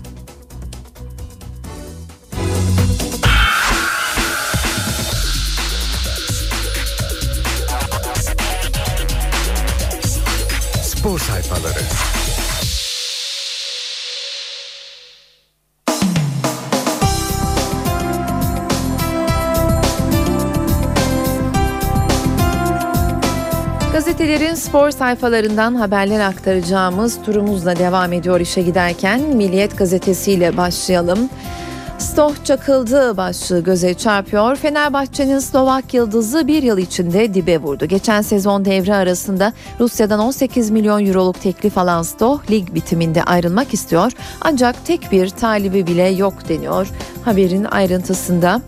Spor sayfaları. Gazetelerin spor sayfalarından haberler aktaracağımız turumuzla devam ediyor işe giderken. Milliyet gazetesiyle başlayalım. Stoh çakıldı başlığı göze çarpıyor. Fenerbahçe'nin Slovak yıldızı bir yıl içinde dibe vurdu. Geçen sezon devre arasında Rusya'dan 18 milyon euroluk teklif alan Stoh lig bitiminde ayrılmak istiyor. Ancak tek bir talibi bile yok deniyor haberin ayrıntısında.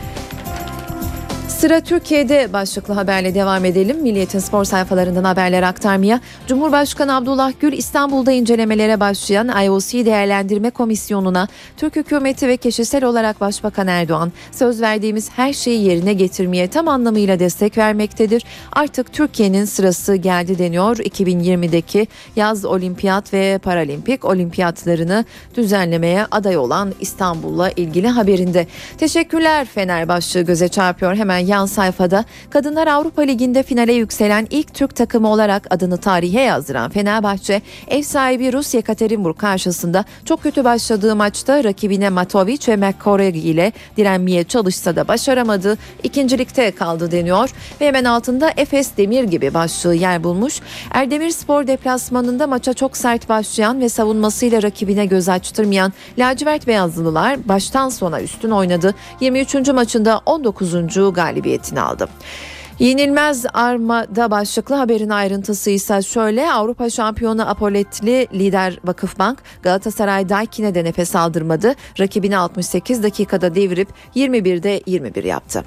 Sıra Türkiye'de başlıklı haberle devam edelim. Milliyet'in spor sayfalarından haberler aktarmaya. Cumhurbaşkanı Abdullah Gül İstanbul'da incelemelere başlayan IOC Değerlendirme Komisyonu'na Türk hükümeti ve kişisel olarak Başbakan Erdoğan söz verdiğimiz her şeyi yerine getirmeye tam anlamıyla destek vermektedir. Artık Türkiye'nin sırası geldi deniyor. 2020'deki yaz olimpiyat ve paralimpik olimpiyatlarını düzenlemeye aday olan İstanbul'la ilgili haberinde. Teşekkürler Fener başlığı göze çarpıyor. Hemen yan sayfada Kadınlar Avrupa Ligi'nde finale yükselen ilk Türk takımı olarak adını tarihe yazdıran Fenerbahçe, ev sahibi Rus Yekaterinburg karşısında çok kötü başladığı maçta rakibine Matovic ve McCorry ile direnmeye çalışsa da başaramadı. İkincilikte kaldı deniyor ve hemen altında Efes Demir gibi başlığı yer bulmuş. Erdemirspor deplasmanında maça çok sert başlayan ve savunmasıyla rakibine göz açtırmayan lacivert beyazlılar baştan sona üstün oynadı. 23. maçında 19. galibiyetini aldı. Yenilmez Arma'da başlıklı haberin ayrıntısı ise şöyle: Avrupa şampiyonu Apoletli lider Vakıfbank Galatasaray Daikin'e de nefes aldırmadı. Rakibini 68 dakikada devirip 21'de 21 yaptı.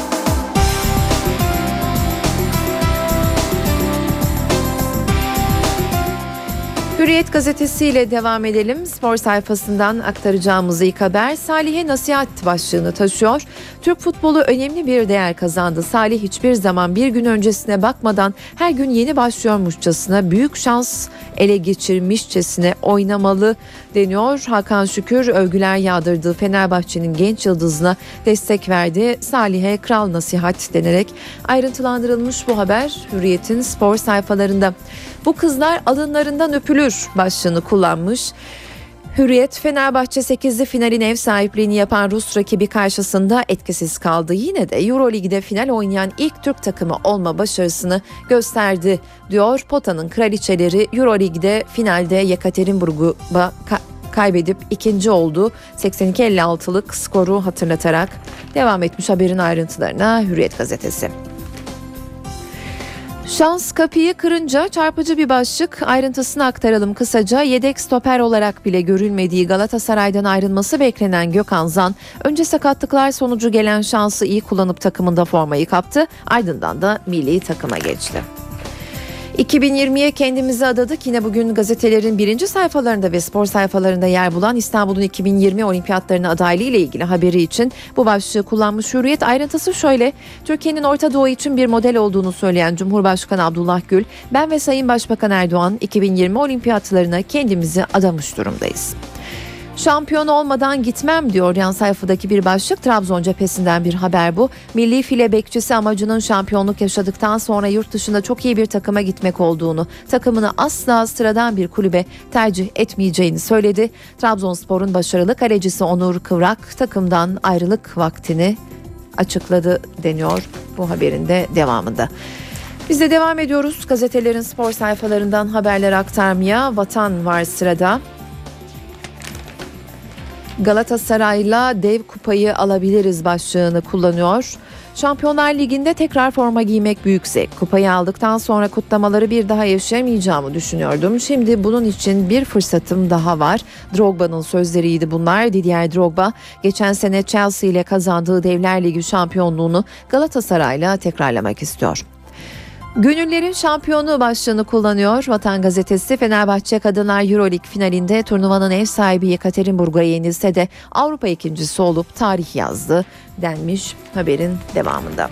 Hürriyet gazetesiyle devam edelim. Spor sayfasından aktaracağımız ilk haber Salih'e nasihat başlığını taşıyor. Türk futbolu önemli bir değer kazandı. Salih hiçbir zaman bir gün öncesine bakmadan her gün yeni başlıyormuşçasına, büyük şans ele geçirmişçesine oynamalı deniyor. Hakan Şükür övgüler yağdırdığı Fenerbahçe'nin genç yıldızına destek verdi. Salih'e kral nasihat denerek ayrıntılandırılmış bu haber Hürriyet'in spor sayfalarında. Bu kızlar alınlarından öpülür başlığını kullanmış. Hürriyet, Fenerbahçe 8'li finalin ev sahipliğini yapan Rus rakibi karşısında etkisiz kaldı. Yine de Euroleague'de final oynayan ilk Türk takımı olma başarısını gösterdi diyor. Potanın kraliçeleri Euroleague'de finalde Yekaterinburg'u kaybedip ikinci oldu. 82-56'lık skoru hatırlatarak devam etmiş haberin ayrıntılarına Hürriyet gazetesi. Şans kapıyı kırınca çarpıcı bir başlık, ayrıntısını aktaralım kısaca. Yedek stoper olarak bile görülmediği Galatasaray'dan ayrılması beklenen Gökhan Zan, önce sakatlıklar sonucu gelen şansı iyi kullanıp takımında formayı kaptı, ardından da milli takıma geçti. 2020'ye kendimizi adadık. Yine bugün gazetelerin birinci sayfalarında ve spor sayfalarında yer bulan İstanbul'un 2020 olimpiyatlarına adaylığı ile ilgili haberi için bu başlığı kullanmış Hürriyet. Ayrıntısı şöyle: Türkiye'nin Orta Doğu için bir model olduğunu söyleyen Cumhurbaşkanı Abdullah Gül, ben ve Sayın Başbakan Erdoğan 2020 olimpiyatlarına kendimizi adamış durumdayız. Şampiyon olmadan gitmem diyor yan sayfadaki bir başlık. Trabzon cephesinden bir haber bu. Milli file bekçisi amacının şampiyonluk yaşadıktan sonra yurt dışında çok iyi bir takıma gitmek olduğunu, takımını asla sıradan bir kulübe tercih etmeyeceğini söyledi. Trabzonspor'un başarılı kalecisi Onur Kıvrak takımdan ayrılık vaktini açıkladı deniyor bu haberin de devamında. Biz de devam ediyoruz. Gazetelerin spor sayfalarından haberler aktarmaya. Vatan var sırada. Galatasaray'la dev kupayı alabiliriz başlığını kullanıyor. Şampiyonlar Ligi'nde tekrar forma giymek büyük zevk. Kupayı aldıktan sonra kutlamaları bir daha yaşayamayacağımı düşünüyordum. Şimdi bunun için bir fırsatım daha var. Drogba'nın sözleriydi bunlar. Didier Drogba geçen sene Chelsea ile kazandığı Devler Ligi şampiyonluğunu Galatasaray'la tekrarlamak istiyor. Gönüllerin şampiyonu başlığını kullanıyor. Vatan Gazetesi Fenerbahçe Kadınlar Euroleague finalinde turnuvanın ev sahibi Yekaterinburg'a yenilse de Avrupa ikincisi olup tarih yazdı denmiş haberin devamında.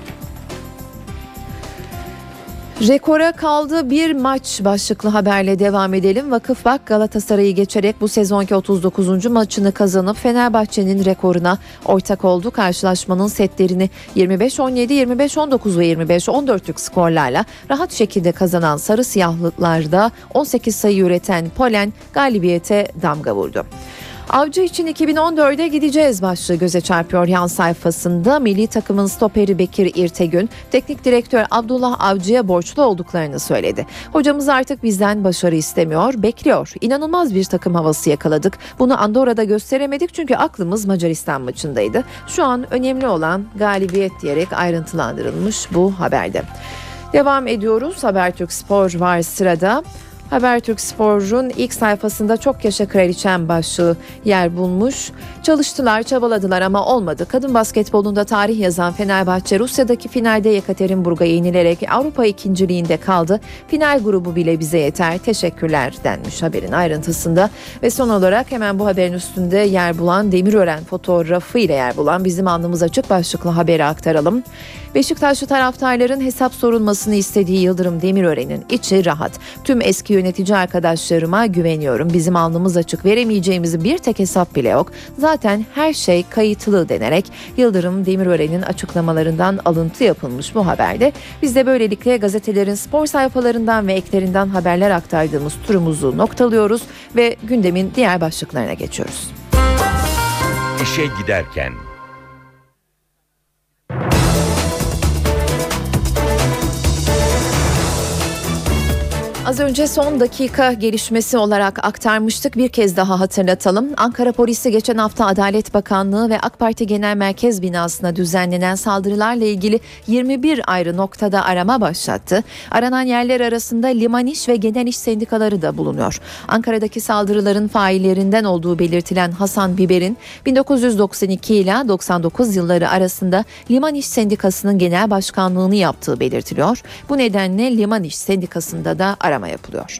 Rekora kaldı bir maç başlıklı haberle devam edelim. Vakıfbank Galatasaray'ı geçerek bu sezonki 39. maçını kazanıp Fenerbahçe'nin rekoruna ortak oldu. Karşılaşmanın setlerini 25-17, 25-19 ve 25-14'lük skorlarla rahat şekilde kazanan sarı siyahlılarda 18 sayı üreten Polen galibiyete damga vurdu. Avcı için 2014'e gideceğiz başlığı göze çarpıyor yan sayfasında. Milli takımın stoperi Bekir İrtegün, teknik direktör Abdullah Avcı'ya borçlu olduklarını söyledi. Hocamız artık bizden başarı istemiyor, bekliyor. İnanılmaz bir takım havası yakaladık. Bunu Andorra'da gösteremedik çünkü aklımız Macaristan maçındaydı. Şu an önemli olan galibiyet diyerek ayrıntılandırılmış bu haberde. Devam ediyoruz. Habertürk Spor var sırada. Habertürk Spor'un ilk sayfasında çok yaşa kraliçem başlığı yer bulmuş. Çalıştılar, çabaladılar ama olmadı. Kadın basketbolunda tarih yazan Fenerbahçe Rusya'daki finalde Yekaterinburg'a yenilerek Avrupa ikinciliğinde kaldı. Final grubu bile bize yeter. Teşekkürler denmiş haberin ayrıntısında. Ve son olarak hemen bu haberin üstünde yer bulan Demirören fotoğrafı ile yer bulan bizim alnımız açık başlıklı haberi aktaralım. Beşiktaşlı taraftarların hesap sorulmasını istediği Yıldırım Demirören'in içi rahat. Tüm eski yönetici arkadaşlarıma güveniyorum. Bizim alnımız açık, veremeyeceğimiz bir tek hesap bile yok. Zaten her şey kayıtlı denerek Yıldırım Demirören'in açıklamalarından alıntı yapılmış bu haberde. Biz de böylelikle gazetelerin spor sayfalarından ve eklerinden haberler aktardığımız turumuzu noktalıyoruz ve gündemin diğer başlıklarına geçiyoruz. İşe giderken. Az önce son dakika gelişmesi olarak aktarmıştık. Bir kez daha hatırlatalım. Ankara Polisi geçen hafta Adalet Bakanlığı ve AK Parti Genel Merkez binasına düzenlenen saldırılarla ilgili 21 ayrı noktada arama başlattı. Aranan yerler arasında Liman İş ve Genel İş sendikaları da bulunuyor. Ankara'daki saldırıların faillerinden olduğu belirtilen Hasan Biber'in 1992 ile 99 yılları arasında Liman İş Sendikası'nın genel başkanlığını yaptığı belirtiliyor. Bu nedenle Liman İş Sendikası'nda da arama yapılıyor.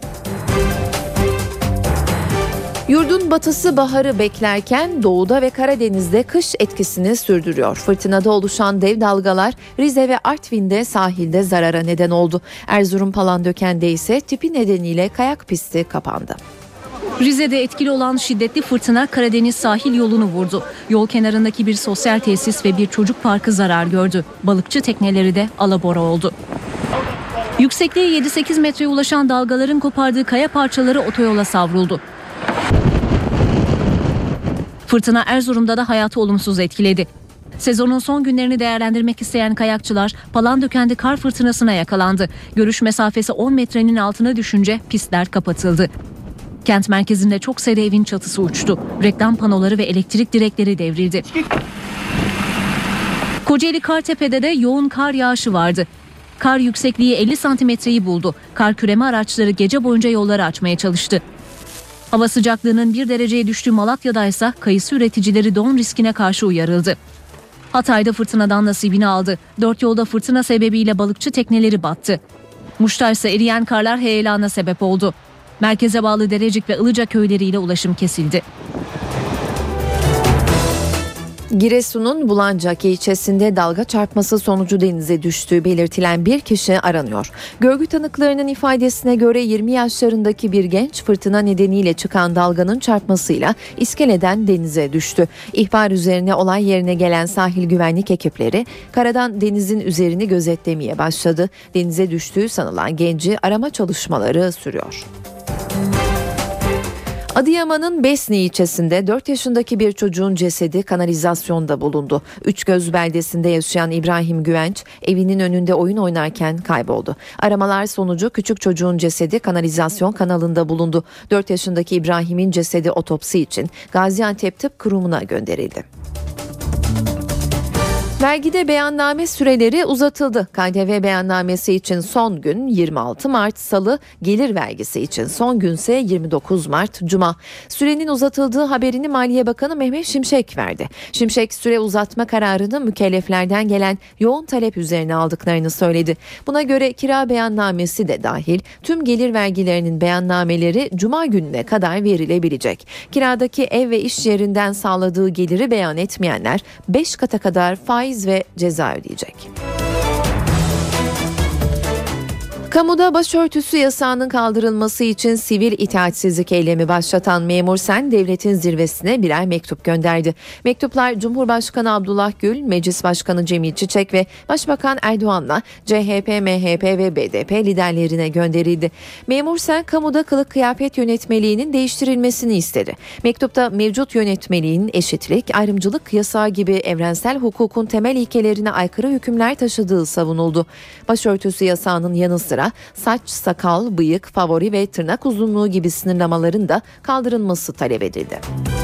Yurdun batısı baharı beklerken doğuda ve Karadeniz'de kış etkisini sürdürüyor. Fırtınada oluşan dev dalgalar Rize ve Artvin'de sahilde zarara neden oldu. Erzurum Palandöken'de ise tipi nedeniyle kayak pisti kapandı. Rize'de etkili olan şiddetli fırtına Karadeniz sahil yolunu vurdu. Yol kenarındaki bir sosyal tesis ve bir çocuk parkı zarar gördü. Balıkçı tekneleri de alabora oldu. Yüksekliği 7-8 metreye ulaşan dalgaların kopardığı kaya parçaları otoyola savruldu. Fırtına Erzurum'da da hayatı olumsuz etkiledi. Sezonun son günlerini değerlendirmek isteyen kayakçılar Palandöken'de kar fırtınasına yakalandı. Görüş mesafesi 10 metrenin altına düşünce pistler kapatıldı. Kent merkezinde çok sayıda evin çatısı uçtu. Reklam panoları ve elektrik direkleri devrildi. Kocaeli Kartepe'de de yoğun kar yağışı vardı. Kar yüksekliği 50 santimetreyi buldu. Kar küreme araçları gece boyunca yolları açmaya çalıştı. Hava sıcaklığının 1 dereceye düştüğü Malatya'da ise kayısı üreticileri don riskine karşı uyarıldı. Hatay'da fırtınadan nasibini aldı. 4 yolda fırtına sebebiyle balıkçı tekneleri battı. Muş'ta ise eriyen karlar heyelana sebep oldu. Merkeze bağlı Derecik ve Ilıca köyleriyle ulaşım kesildi. Giresun'un Bulancak ilçesinde dalga çarpması sonucu denize düştüğü belirtilen bir kişi aranıyor. Görgü tanıklarının ifadesine göre 20 yaşlarındaki bir genç fırtına nedeniyle çıkan dalganın çarpmasıyla iskeleden denize düştü. İhbar üzerine olay yerine gelen sahil güvenlik ekipleri karadan denizin üzerini gözetlemeye başladı. Denize düştüğü sanılan genci arama çalışmaları sürüyor. Adıyaman'ın Besni ilçesinde 4 yaşındaki bir çocuğun cesedi kanalizasyonda bulundu. Üçgöz beldesinde yaşayan İbrahim Güvenç evinin önünde oyun oynarken kayboldu. Aramalar sonucu küçük çocuğun cesedi kanalizasyon kanalında bulundu. 4 yaşındaki İbrahim'in cesedi otopsi için Gaziantep Tıp Kurumu'na gönderildi. Vergide beyanname süreleri uzatıldı. KDV beyannamesi için son gün 26 Mart Salı, gelir vergisi için son günse 29 Mart Cuma. Sürenin uzatıldığı haberini Maliye Bakanı Mehmet Şimşek verdi. Şimşek süre uzatma kararını mükelleflerden gelen yoğun talep üzerine aldıklarını söyledi. Buna göre kira beyannamesi de dahil tüm gelir vergilerinin beyannameleri Cuma gününe kadar verilebilecek. Kiradaki ev ve iş yerinden sağladığı geliri beyan etmeyenler 5 kata kadar faiz ve ceza ödeyecek. Kamuda başörtüsü yasağının kaldırılması için sivil itaatsizlik eylemi başlatan Memur Sen devletin zirvesine birer mektup gönderdi. Mektuplar Cumhurbaşkanı Abdullah Gül, Meclis Başkanı Cemil Çiçek ve Başbakan Erdoğan'la CHP, MHP ve BDP liderlerine gönderildi. Memur Sen kamuda kılık kıyafet yönetmeliğinin değiştirilmesini istedi. Mektupta mevcut yönetmeliğin eşitlik, ayrımcılık yasağı gibi evrensel hukukun temel ilkelerine aykırı hükümler taşıdığı savunuldu. Başörtüsü yasağının yanı sıra saç, sakal, bıyık, favori ve tırnak uzunluğu gibi sınırlamaların da kaldırılması talep edildi.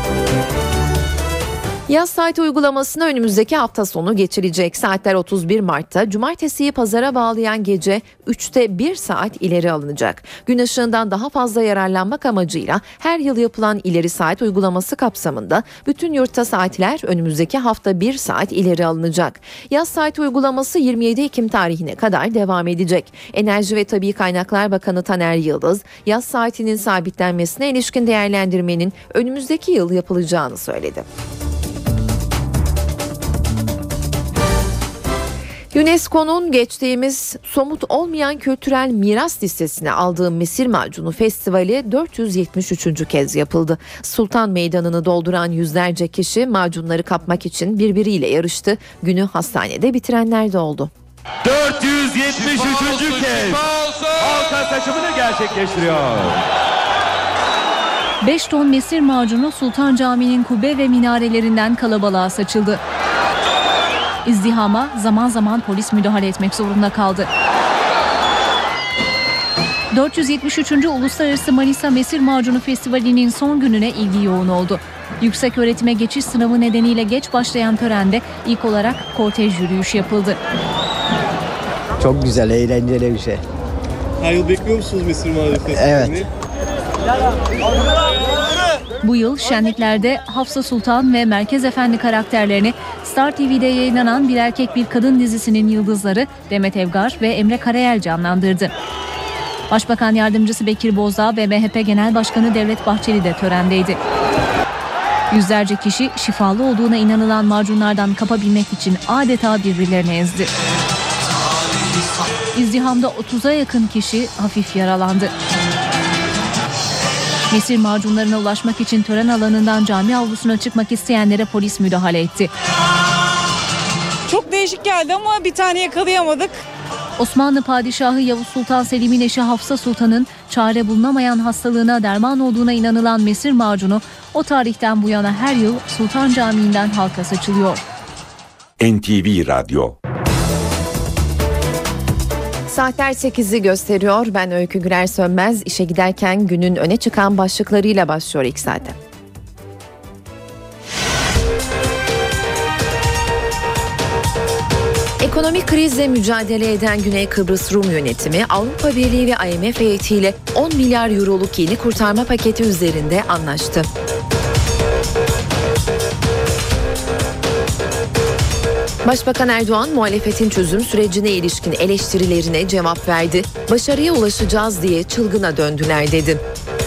Yaz saati uygulamasına önümüzdeki hafta sonu geçilecek. Saatler 31 Mart'ta cumartesiyi pazara bağlayan gece 3'te 1 saat ileri alınacak. Gün ışığından daha fazla yararlanmak amacıyla her yıl yapılan ileri saat uygulaması kapsamında bütün yurtta saatler önümüzdeki hafta 1 saat ileri alınacak. Yaz saati uygulaması 27 Ekim tarihine kadar devam edecek. Enerji ve Tabii Kaynaklar Bakanı Taner Yıldız, yaz saatinin sabitlenmesine ilişkin değerlendirmenin önümüzdeki yıl yapılacağını söyledi. UNESCO'nun geçtiğimiz somut olmayan kültürel miras listesine aldığı Mesir Macunu Festivali 473. kez yapıldı. Sultan Meydanı'nı dolduran yüzlerce kişi macunları kapmak için birbiriyle yarıştı. Günü hastanede bitirenler de oldu. 473. kez halka seçimini gerçekleştiriyor. 5 ton mesir macunu Sultan Camii'nin kubbe ve minarelerinden kalabalığa saçıldı. İzdihama zaman zaman polis müdahale etmek zorunda kaldı. 473. Uluslararası Manisa Mesir Macunu Festivali'nin son gününe ilgi yoğun oldu. Yükseköğretime geçiş sınavı nedeniyle geç başlayan törende ilk olarak kortej yürüyüş yapıldı. Çok güzel, eğlenceli bir şey. Her yıl bekliyor musunuz Mesir Macunu Festivali'ni? Evet. Bu yıl şenliklerde Hafsa Sultan ve Merkez Efendi karakterlerini Star TV'de yayınlanan Bir Erkek Bir Kadın dizisinin yıldızları Demet Evgar ve Emre Karayel canlandırdı. Başbakan Yardımcısı Bekir Bozdağ ve MHP Genel Başkanı Devlet Bahçeli de törendeydi. Yüzlerce kişi şifalı olduğuna inanılan macunlardan kapabilmek için adeta birbirlerini ezdi. İzdihamda 30'a yakın kişi hafif yaralandı. Mesir macunlarına ulaşmak için tören alanından cami avlusuna çıkmak isteyenlere polis müdahale etti. Çok değişik geldi ama bir tane yakalayamadık. Osmanlı Padişahı Yavuz Sultan Selim'in eşi Hafsa Sultan'ın çare bulunamayan hastalığına derman olduğuna inanılan mesir macunu o tarihten bu yana her yıl Sultan Camii'nden halka saçılıyor. NTV Radyo. Saatler 8'i gösteriyor. Ben Öykü Güler Sönmez. İşe giderken günün öne çıkan başlıklarıyla başlıyor ilk saate. Ekonomik krizle mücadele eden Güney Kıbrıs Rum yönetimi Avrupa Birliği ve IMF heyetiyle 10 milyar euroluk yeni kurtarma paketi üzerinde anlaştı. Başbakan Erdoğan muhalefetin çözüm sürecine ilişkin eleştirilerine cevap verdi. Başarıya ulaşacağız diye çılgına döndüler dedi.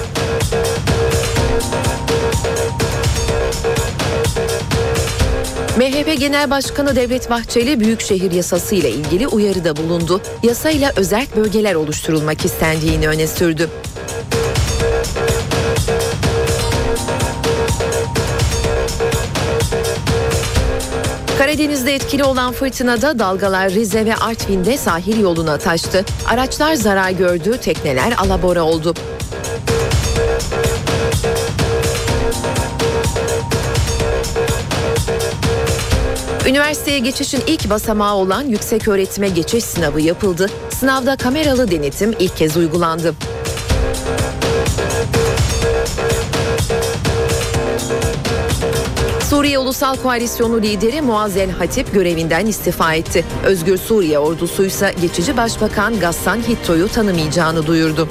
MHP Genel Başkanı Devlet Bahçeli Büyükşehir Yasası ile ilgili uyarıda bulundu. Yasayla özerk bölgeler oluşturulmak istendiğini öne sürdü. Karadeniz'de etkili olan fırtınada dalgalar Rize ve Artvin'de sahil yoluna taştı. Araçlar zarar gördü, tekneler alabora oldu. Üniversiteye geçişin ilk basamağı olan yükseköğretime geçiş sınavı yapıldı. Sınavda kameralı denetim ilk kez uygulandı. Suriye Ulusal Koalisyonu lideri Muazzel Hatip görevinden istifa etti. Özgür Suriye ordusuysa geçici başbakan Gassan Hitto'yu tanımayacağını duyurdu.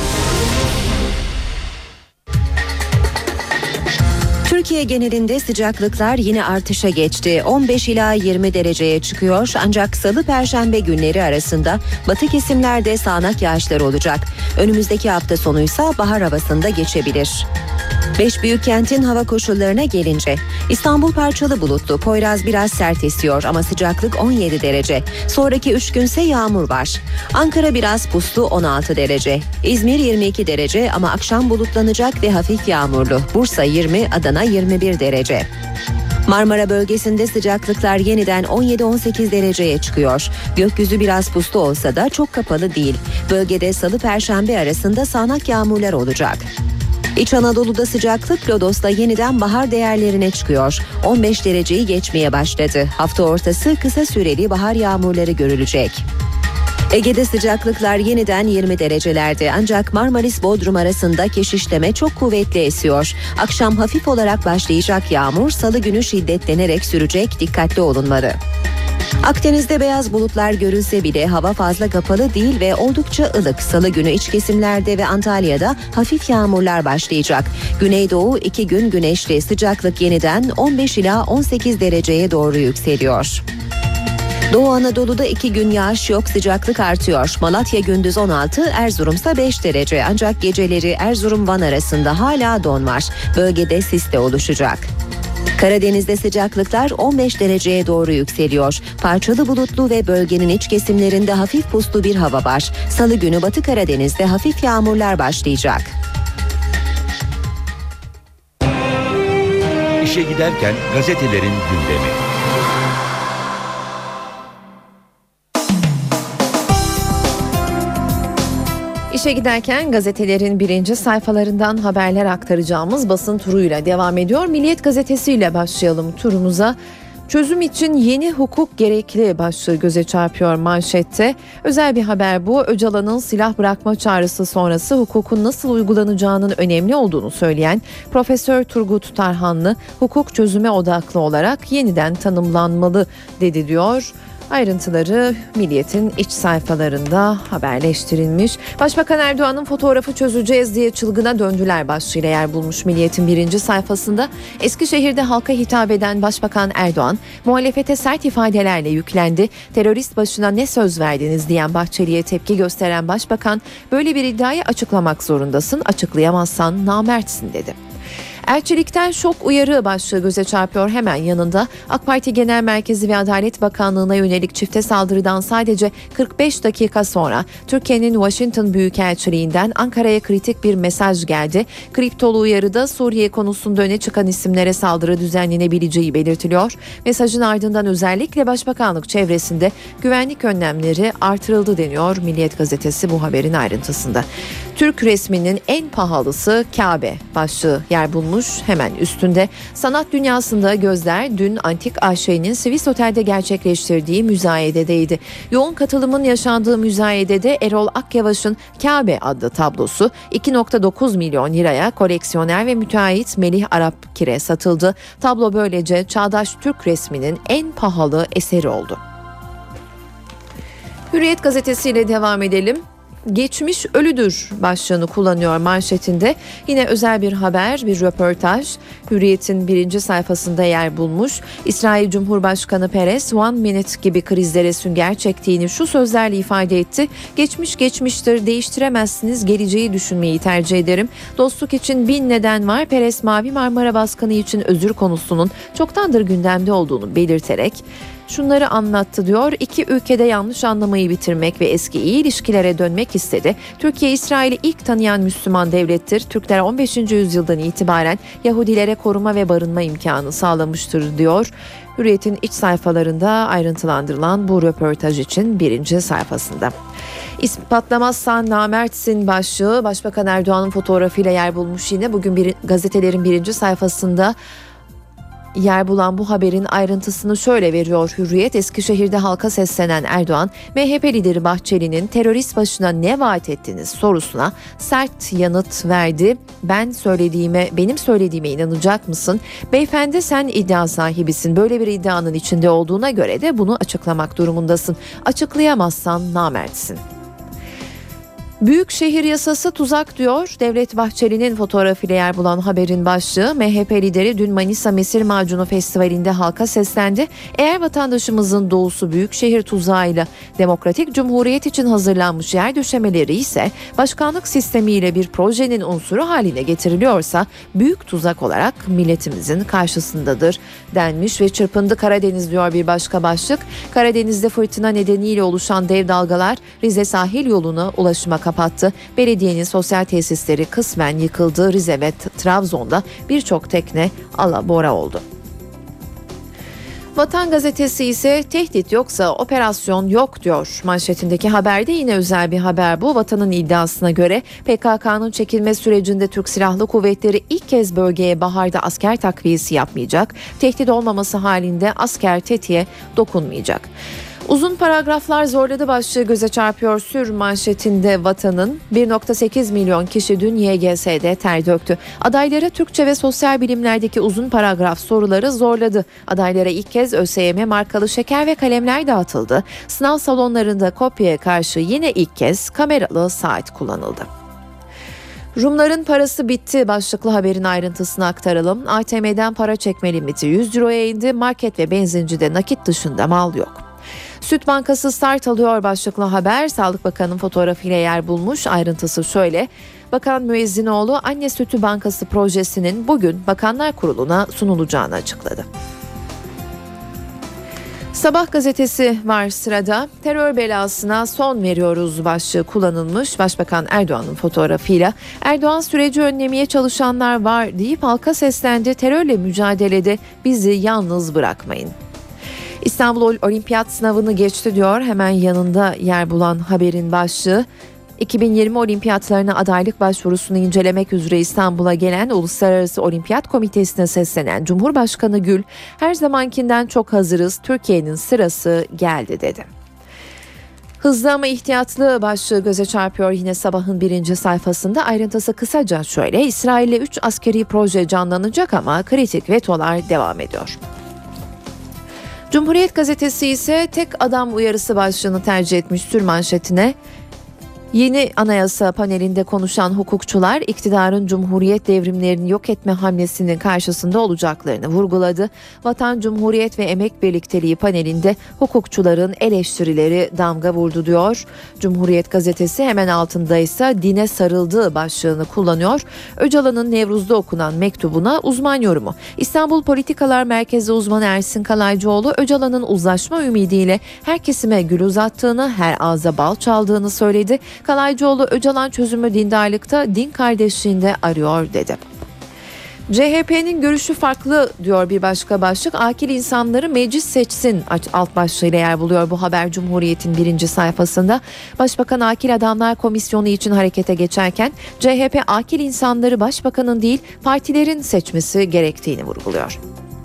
Türkiye genelinde sıcaklıklar yine artışa geçti. 15 ila 20 dereceye çıkıyor ancak salı perşembe günleri arasında batı kesimlerde sağanak yağışlar olacak. Önümüzdeki hafta sonuysa bahar havasında geçebilir. 5 büyük kentin hava koşullarına gelince İstanbul parçalı bulutlu, Poyraz biraz sert esiyor ama sıcaklık 17 derece. Sonraki 3 günse yağmur var. Ankara biraz puslu 16 derece. İzmir 22 derece ama akşam bulutlanacak ve hafif yağmurlu. Bursa 20, Adana 21 derece. Marmara bölgesinde sıcaklıklar yeniden 17-18 dereceye çıkıyor. Gökyüzü biraz puslu olsa da çok kapalı değil. Bölgede salı perşembe arasında sağanak yağmurlar olacak. İç Anadolu'da sıcaklık Lodos'ta yeniden bahar değerlerine çıkıyor. 15 dereceyi geçmeye başladı. Hafta ortası kısa süreli bahar yağmurları görülecek. Ege'de sıcaklıklar yeniden 20 derecelerde ancak Marmaris-Bodrum arasında keşişleme çok kuvvetli esiyor. Akşam hafif olarak başlayacak yağmur salı günü şiddetlenerek sürecek, dikkatli olunmalı. Akdeniz'de beyaz bulutlar görülse bile hava fazla kapalı değil ve oldukça ılık. Salı günü iç kesimlerde ve Antalya'da hafif yağmurlar başlayacak. Güneydoğu 2 gün güneşli, sıcaklık yeniden 15 ila 18 dereceye doğru yükseliyor. Doğu Anadolu'da 2 gün yağış yok, sıcaklık artıyor. Malatya gündüz 16, Erzurum'sa 5 derece ancak geceleri Erzurum-Van arasında hala don var. Bölgede sis de oluşacak. Karadeniz'de sıcaklıklar 15 dereceye doğru yükseliyor. Parçalı bulutlu ve bölgenin iç kesimlerinde hafif puslu bir hava var. Salı günü Batı Karadeniz'de hafif yağmurlar başlayacak. İşe giderken gazetelerin gündemi. İşe giderken gazetelerin birinci sayfalarından haberler aktaracağımız basın turuyla devam ediyor. Milliyet gazetesiyle başlayalım turumuza. Çözüm için yeni hukuk gerekli başlığı göze çarpıyor manşette. Özel bir haber bu. Öcalan'ın silah bırakma çağrısı sonrası hukukun nasıl uygulanacağının önemli olduğunu söyleyen Profesör Turgut Tarhanlı, hukuk çözüme odaklı olarak yeniden tanımlanmalı dedi diyor. Ayrıntıları Milliyet'in iç sayfalarında haberleştirilmiş. Başbakan Erdoğan'ın fotoğrafı çözeceğiz diye çılgına döndüler başlığıyla yer bulmuş Milliyet'in birinci sayfasında. Eskişehir'de halka hitap eden Başbakan Erdoğan muhalefete sert ifadelerle yüklendi. Terörist başına ne söz verdiniz diyen Bahçeli'ye tepki gösteren Başbakan, böyle bir iddiayı açıklamak zorundasın, açıklayamazsan namertsin dedi. Elçilikten şok uyarı başlığı göze çarpıyor. Hemen yanında AK Parti Genel Merkezi ve Adalet Bakanlığı'na yönelik çifte saldırıdan sadece 45 dakika sonra Türkiye'nin Washington Büyükelçiliğinden Ankara'ya kritik bir mesaj geldi. Kriptolu uyarıda Suriye konusunda öne çıkan isimlere saldırı düzenlenebileceği belirtiliyor. Mesajın ardından özellikle Başbakanlık çevresinde güvenlik önlemleri artırıldı deniyor Milliyet gazetesi bu haberin ayrıntısında. Türk resminin en pahalısı Kabe başlığı yer bulmuş. Hemen üstünde sanat dünyasında gözler dün Antik AŞ'nin Swiss Otel'de gerçekleştirdiği müzayededeydi. Yoğun katılımın yaşandığı müzayedede Erol Akyavaş'ın Kabe adlı tablosu 2.9 milyon liraya koleksiyoner ve müteahhit Melih Arapkir'e satıldı. Tablo böylece çağdaş Türk resminin en pahalı eseri oldu. Hürriyet gazetesiyle devam edelim. Geçmiş ölüdür başlığını kullanıyor manşetinde. Yine özel bir haber, bir röportaj. Hürriyet'in birinci sayfasında yer bulmuş. İsrail Cumhurbaşkanı Perez, one minute gibi krizlere sünger çektiğini şu sözlerle ifade etti. Geçmiş geçmiştir, değiştiremezsiniz, geleceği düşünmeyi tercih ederim. Dostluk için 1000 neden var. Perez, Mavi Marmara baskını için özür konusunun çoktandır gündemde olduğunu belirterek şunları anlattı diyor. İki ülkede yanlış anlamayı bitirmek ve eski iyi ilişkilere dönmek istedi. Türkiye, İsrail'i ilk tanıyan Müslüman devlettir. Türkler 15. yüzyıldan itibaren Yahudilere koruma ve barınma imkanı sağlamıştır diyor. Hürriyet'in iç sayfalarında ayrıntılandırılan bu röportaj için birinci sayfasında. İspatlamazsan namertsin başlığı Başbakan Erdoğan'ın fotoğrafıyla yer bulmuş yine. Bugün gazetelerin birinci sayfasında yer bulan bu haberin ayrıntısını şöyle veriyor Hürriyet. Eskişehir'de halka seslenen Erdoğan, MHP lideri Bahçeli'nin terörist başına ne vaat ettiniz sorusuna sert yanıt verdi. Benim söylediğime inanacak mısın? Beyefendi, sen iddia sahibisin. Böyle bir iddianın içinde olduğuna göre de bunu açıklamak durumundasın. Açıklayamazsan namertsin. Büyükşehir yasası tuzak diyor. Devlet Bahçeli'nin fotoğrafıyla yer bulan haberin başlığı. MHP lideri dün Manisa Mesir Macunu Festivali'nde halka seslendi. Eğer vatandaşımızın doğusu büyükşehir tuzağıyla demokratik cumhuriyet için hazırlanmış yer döşemeleri ise başkanlık sistemiyle bir projenin unsuru haline getiriliyorsa büyük tuzak olarak milletimizin karşısındadır denmiş ve çırpındı Karadeniz diyor bir başka başlık. Karadeniz'de fırtına nedeniyle oluşan dev dalgalar Rize sahil yoluna ulaşıma kapattı. Belediyenin sosyal tesisleri kısmen yıkıldı. Rize ve Trabzon'da birçok tekne alabora oldu. Vatan Gazetesi ise tehdit yoksa operasyon yok diyor. Manşetindeki haberde yine özel bir haber bu. Vatan'ın iddiasına göre PKK'nın çekilme sürecinde Türk Silahlı Kuvvetleri ilk kez bölgeye baharda asker takviyesi yapmayacak. Tehdit olmaması halinde asker tetiğe dokunmayacak. Uzun paragraflar zorladı başlığı göze çarpıyor Sür manşetinde Vatan'ın. 1.8 milyon kişi dün YGS'de ter döktü. Adaylara Türkçe ve sosyal bilimlerdeki uzun paragraf soruları zorladı. Adaylara ilk kez ÖSYM markalı şeker ve kalemler dağıtıldı. Sınav salonlarında kopyaya karşı yine ilk kez kameralı saat kullanıldı. Rumların parası bitti başlıklı haberin ayrıntısını aktaralım. ATM'den para çekme limiti 100 euroya indi. Market ve benzincide nakit dışında mal yok. Süt Bankası start alıyor başlıklı haber. Sağlık Bakanı'nın fotoğrafıyla yer bulmuş. Ayrıntısı şöyle. Bakan Müezzinoğlu Anne Sütü Bankası projesinin bugün Bakanlar Kurulu'na sunulacağını açıkladı. Sabah gazetesi var sırada. Terör belasına son veriyoruz başlığı kullanılmış. Başbakan Erdoğan'ın fotoğrafıyla Erdoğan süreci önlemeye çalışanlar var deyip halka seslendi. Terörle mücadelede bizi yalnız bırakmayın. İstanbul Olimpiyat sınavını geçti diyor. Hemen yanında yer bulan haberin başlığı. 2020 olimpiyatlarına adaylık başvurusunu incelemek üzere İstanbul'a gelen Uluslararası Olimpiyat Komitesi'ne seslenen Cumhurbaşkanı Gül, her zamankinden çok hazırız, Türkiye'nin sırası geldi dedi. Hızlı ama ihtiyatlı başlığı göze çarpıyor yine Sabah'ın birinci sayfasında. Ayrıntısı kısaca şöyle: İsrail'le 3 askeri proje canlanacak ama kritik vetolar devam ediyor. Cumhuriyet gazetesi ise tek adam uyarısı başlığını tercih etmiş Sür manşetine. Yeni anayasa panelinde konuşan hukukçular iktidarın Cumhuriyet devrimlerini yok etme hamlesinin karşısında olacaklarını vurguladı. Vatan, Cumhuriyet ve Emek Birlikteliği panelinde hukukçuların eleştirileri damga vurdu diyor. Cumhuriyet gazetesi hemen altında ise dine sarıldığı başlığını kullanıyor. Öcalan'ın Nevruz'da okunan mektubuna uzman yorumu. İstanbul Politikalar Merkezi uzmanı Ersin Kalaycıoğlu, Öcalan'ın uzlaşma ümidiyle her kesime gül uzattığını, her ağza bal çaldığını söyledi. Kalaycıoğlu, Öcalan çözümü dindarlıkta, din kardeşliğinde arıyor dedi. CHP'nin görüşü farklı diyor bir başka başlık. Akil insanları meclis seçsin alt başlığıyla yer buluyor bu haber Cumhuriyet'in birinci sayfasında. Başbakan Akil Adamlar Komisyonu için harekete geçerken CHP akil insanları başbakanın değil partilerin seçmesi gerektiğini vurguluyor.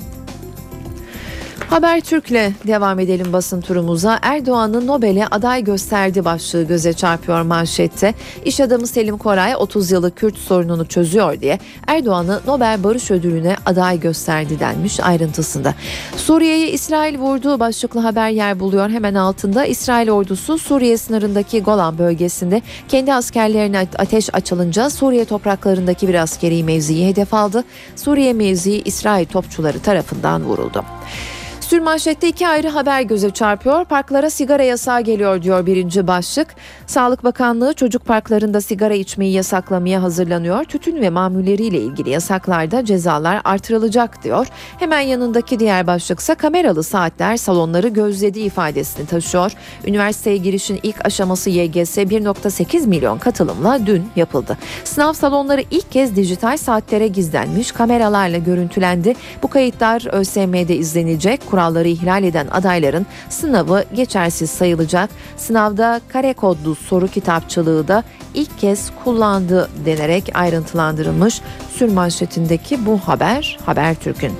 Habertürk'le devam edelim basın turumuza. Erdoğan'ı Nobel'e aday gösterdi başlığı göze çarpıyor manşette. İş adamı Selim Koray 30 yıllık Kürt sorununu çözüyor diye Erdoğan'ı Nobel Barış Ödülü'ne aday gösterdi denmiş ayrıntısında. Suriye'yi İsrail vurduğu başlıklı haber yer buluyor. Hemen altında İsrail ordusu Suriye sınırındaki Golan bölgesinde kendi askerlerine ateş açılınca Suriye topraklarındaki bir askeri mevziyi hedef aldı. Suriye mevzii İsrail topçuları tarafından vuruldu. Sürmanşette iki ayrı haber göze çarpıyor. Parklara sigara yasağı geliyor diyor birinci başlık. Sağlık Bakanlığı çocuk parklarında sigara içmeyi yasaklamaya hazırlanıyor. Tütün ve mamulleriyle ilgili yasaklarda cezalar artırılacak diyor. Hemen yanındaki diğer başlıksa kameralı saatler salonları gözlediği ifadesini taşıyor. Üniversiteye girişin ilk aşaması YGS 1.8 milyon katılımla dün yapıldı. Sınav salonları ilk kez dijital saatlere gizlenmiş, kameralarla görüntülendi. Bu kayıtlar ÖSYM'de izlenecek. Kuralları ihlal eden adayların sınavı geçersiz sayılacak. Sınavda kare kodlu soru kitapçılığı da ilk kez kullandı denerek ayrıntılandırılmış sürmanşetindeki bu haber Habertürk'ün.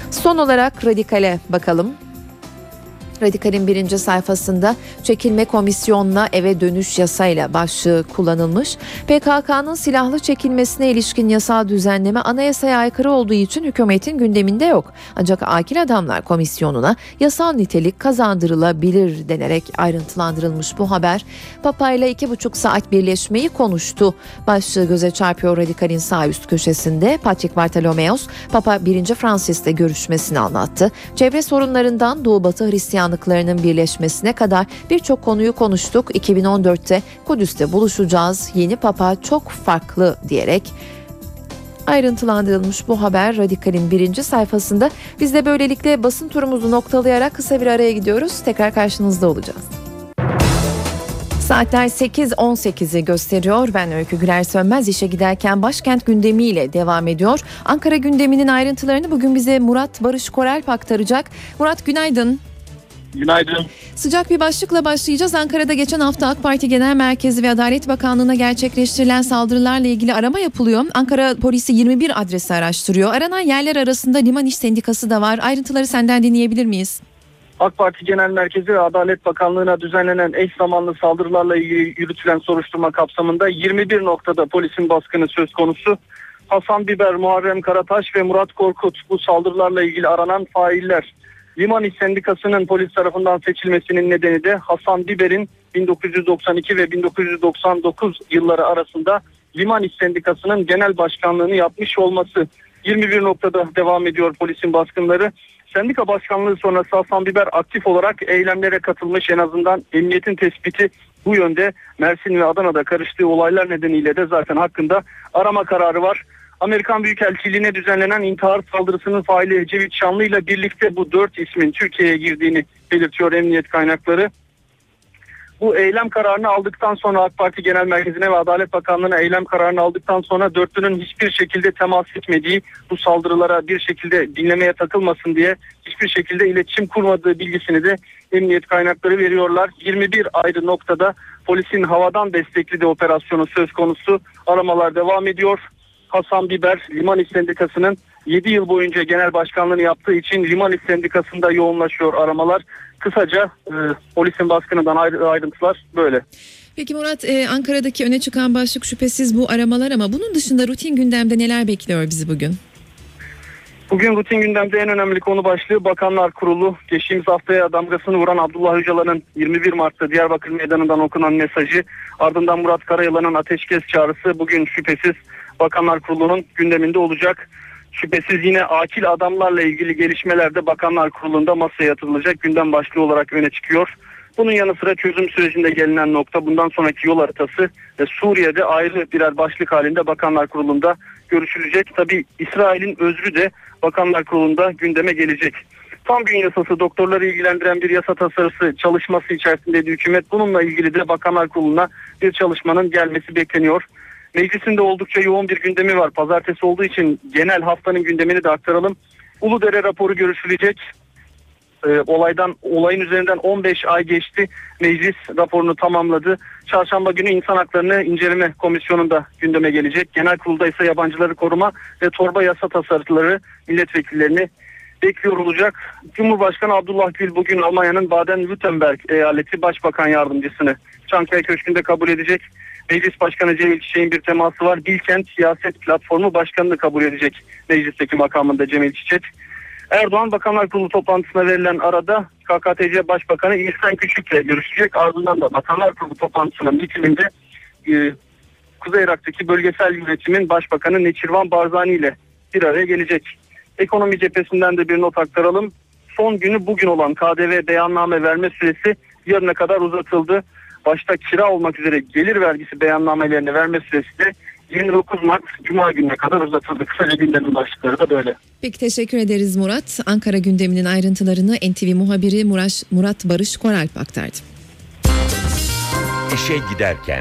Son olarak Radikal'e bakalım. Radikal'in 1. sayfasında çekilme komisyonla eve dönüş yasayla başlığı kullanılmış. PKK'nın silahlı çekilmesine ilişkin yasal düzenleme anayasaya aykırı olduğu için hükümetin gündeminde yok. Ancak Akil Adamlar Komisyonu'na yasal nitelik kazandırılabilir denerek ayrıntılandırılmış bu haber. Papa ile 2,5 saat birleşmeyi konuştu. Başlığı göze çarpıyor Radikal'in sağ üst köşesinde. Patrick Bartolomeos, Papa 1. Francis'le görüşmesini anlattı. Çevre sorunlarından Doğu Batı Hristiyanlıklarının birleşmesine kadar birçok konuyu konuştuk. 2014'te Kudüs'te buluşacağız. Yeni Papa çok farklı diyerek ayrıntılandırılmış bu haber Radikal'in 1. sayfasında. Biz de böylelikle basın turumuzu noktalayarak kısa bir araya gidiyoruz. Tekrar karşınızda olacağız. Saatler 8:18'i gösteriyor. Ben Öykü Güler Sönmez. İşe giderken başkent gündemiyle devam ediyor. Ankara gündeminin ayrıntılarını bugün bize Murat Barış Koralp aktaracak. Murat, günaydın. Günaydın. Sıcak bir başlıkla başlayacağız. Ankara'da geçen hafta AK Parti Genel Merkezi ve Adalet Bakanlığı'na gerçekleştirilen saldırılarla ilgili arama yapılıyor. Ankara polisi 21 adresi araştırıyor. Aranan yerler arasında Liman İş Sendikası da var. Ayrıntıları senden dinleyebilir miyiz? AK Parti Genel Merkezi ve Adalet Bakanlığı'na düzenlenen eş zamanlı saldırılarla ilgili yürütülen soruşturma kapsamında 21 noktada polisin baskını söz konusu. Hasan Biber, Muharrem Karataş ve Murat Korkut bu saldırılarla ilgili aranan failler. Liman İş Sendikası'nın polis tarafından seçilmesinin nedeni de Hasan Biber'in 1992 ve 1999 yılları arasında Liman İş Sendikası'nın genel başkanlığını yapmış olması. 21 noktada devam ediyor polisin baskınları. Sendika başkanlığı sonrası Hasan Biber aktif olarak eylemlere katılmış, en azından emniyetin tespiti bu yönde. Mersin ve Adana'da karıştığı olaylar nedeniyle de zaten hakkında arama kararı var. Amerikan Büyükelçiliğine düzenlenen intihar saldırısının faili Ecevit Şanlı ile birlikte bu 4 ismin Türkiye'ye girdiğini belirtiyor emniyet kaynakları. Bu eylem kararını aldıktan sonra AK Parti Genel Merkezi'ne ve Adalet Bakanlığı'na eylem kararını aldıktan sonra dörtlünün hiçbir şekilde temas etmediği, bu saldırılara bir şekilde dinlemeye takılmasın diye hiçbir şekilde iletişim kurmadığı bilgisini de emniyet kaynakları veriyorlar. 21 ayrı noktada polisin havadan destekli de operasyonu söz konusu. Aramalar devam ediyor. Hasan Biber, Liman İş Sendikası'nın 7 yıl boyunca genel başkanlığını yaptığı için Liman İş Sendikası'nda yoğunlaşıyor aramalar. Kısaca polisin baskınından ayrıntılar böyle. Peki Murat, Ankara'daki öne çıkan başlık şüphesiz bu aramalar ama bunun dışında rutin gündemde neler bekliyor bizi bugün? Bugün rutin gündemde en önemli konu başlığı Bakanlar Kurulu. Geçtiğimiz haftaya damgasını vuran Abdullah Öcalan'ın 21 Mart'ta Diyarbakır Meydanı'ndan okunan mesajı, ardından Murat Karayılan'ın ateşkes çağrısı bugün şüphesiz Bakanlar Kurulu'nun gündeminde olacak. Şüphesiz yine akil adamlarla ilgili gelişmeler de Bakanlar Kurulu'nda masaya yatırılacak gündem başlığı olarak öne çıkıyor. Bunun yanı sıra çözüm sürecinde gelinen nokta, bundan sonraki yol haritası ve Suriye'de ayrı birer başlık halinde Bakanlar Kurulu'nda görüşülecek. Tabii İsrail'in özrü de Bakanlar Kurulu'nda gündeme gelecek. Tam gün yasası, doktorları ilgilendiren bir yasa tasarısı çalışması içerisindeydi hükümet. Bununla ilgili de Bakanlar Kurulu'na bir çalışmanın gelmesi bekleniyor. Meclisin de oldukça yoğun bir gündemi var. Pazartesi olduğu için genel haftanın gündemini de aktaralım. Uludere raporu görüşülecek. Olayın üzerinden 15 ay geçti. Meclis raporunu tamamladı. Çarşamba günü İnsan Haklarını İnceleme Komisyonu'nda gündeme gelecek. Genel kurulda ise yabancıları koruma ve torba yasa tasarıları milletvekillerini bekliyor olacak. Cumhurbaşkanı Abdullah Gül bugün Almanya'nın Baden-Württemberg eyaleti Başbakan Yardımcısını Çankaya Köşkü'nde kabul edecek. Meclis Başkanı Cemil Çiçek'in bir teması var. Bilkent Siyaset Platformu Başkanı'nı kabul edecek meclisteki makamında Cemil Çiçek. Erdoğan Bakanlar Kurulu toplantısına verilen arada KKTC Başbakanı İhsan Küçük'le görüşecek. Ardından da Bakanlar Kurulu toplantısının bitiminde Kuzey Irak'taki bölgesel yönetimin Başbakanı Neçirvan Barzani ile bir araya gelecek. Ekonomi cephesinden de bir not aktaralım. Son günü bugün olan KDV beyanname verme süresi yarına kadar uzatıldı. Başta kira olmak üzere gelir vergisi beyannamelerini verme süresi de 29 Mart Cuma gününe kadar uzatıldı. Kısaca gündemin başlıkları da böyle. Peki, teşekkür ederiz Murat. Ankara gündeminin ayrıntılarını NTV muhabiri Murat Barış Koralp aktardı. İşe giderken.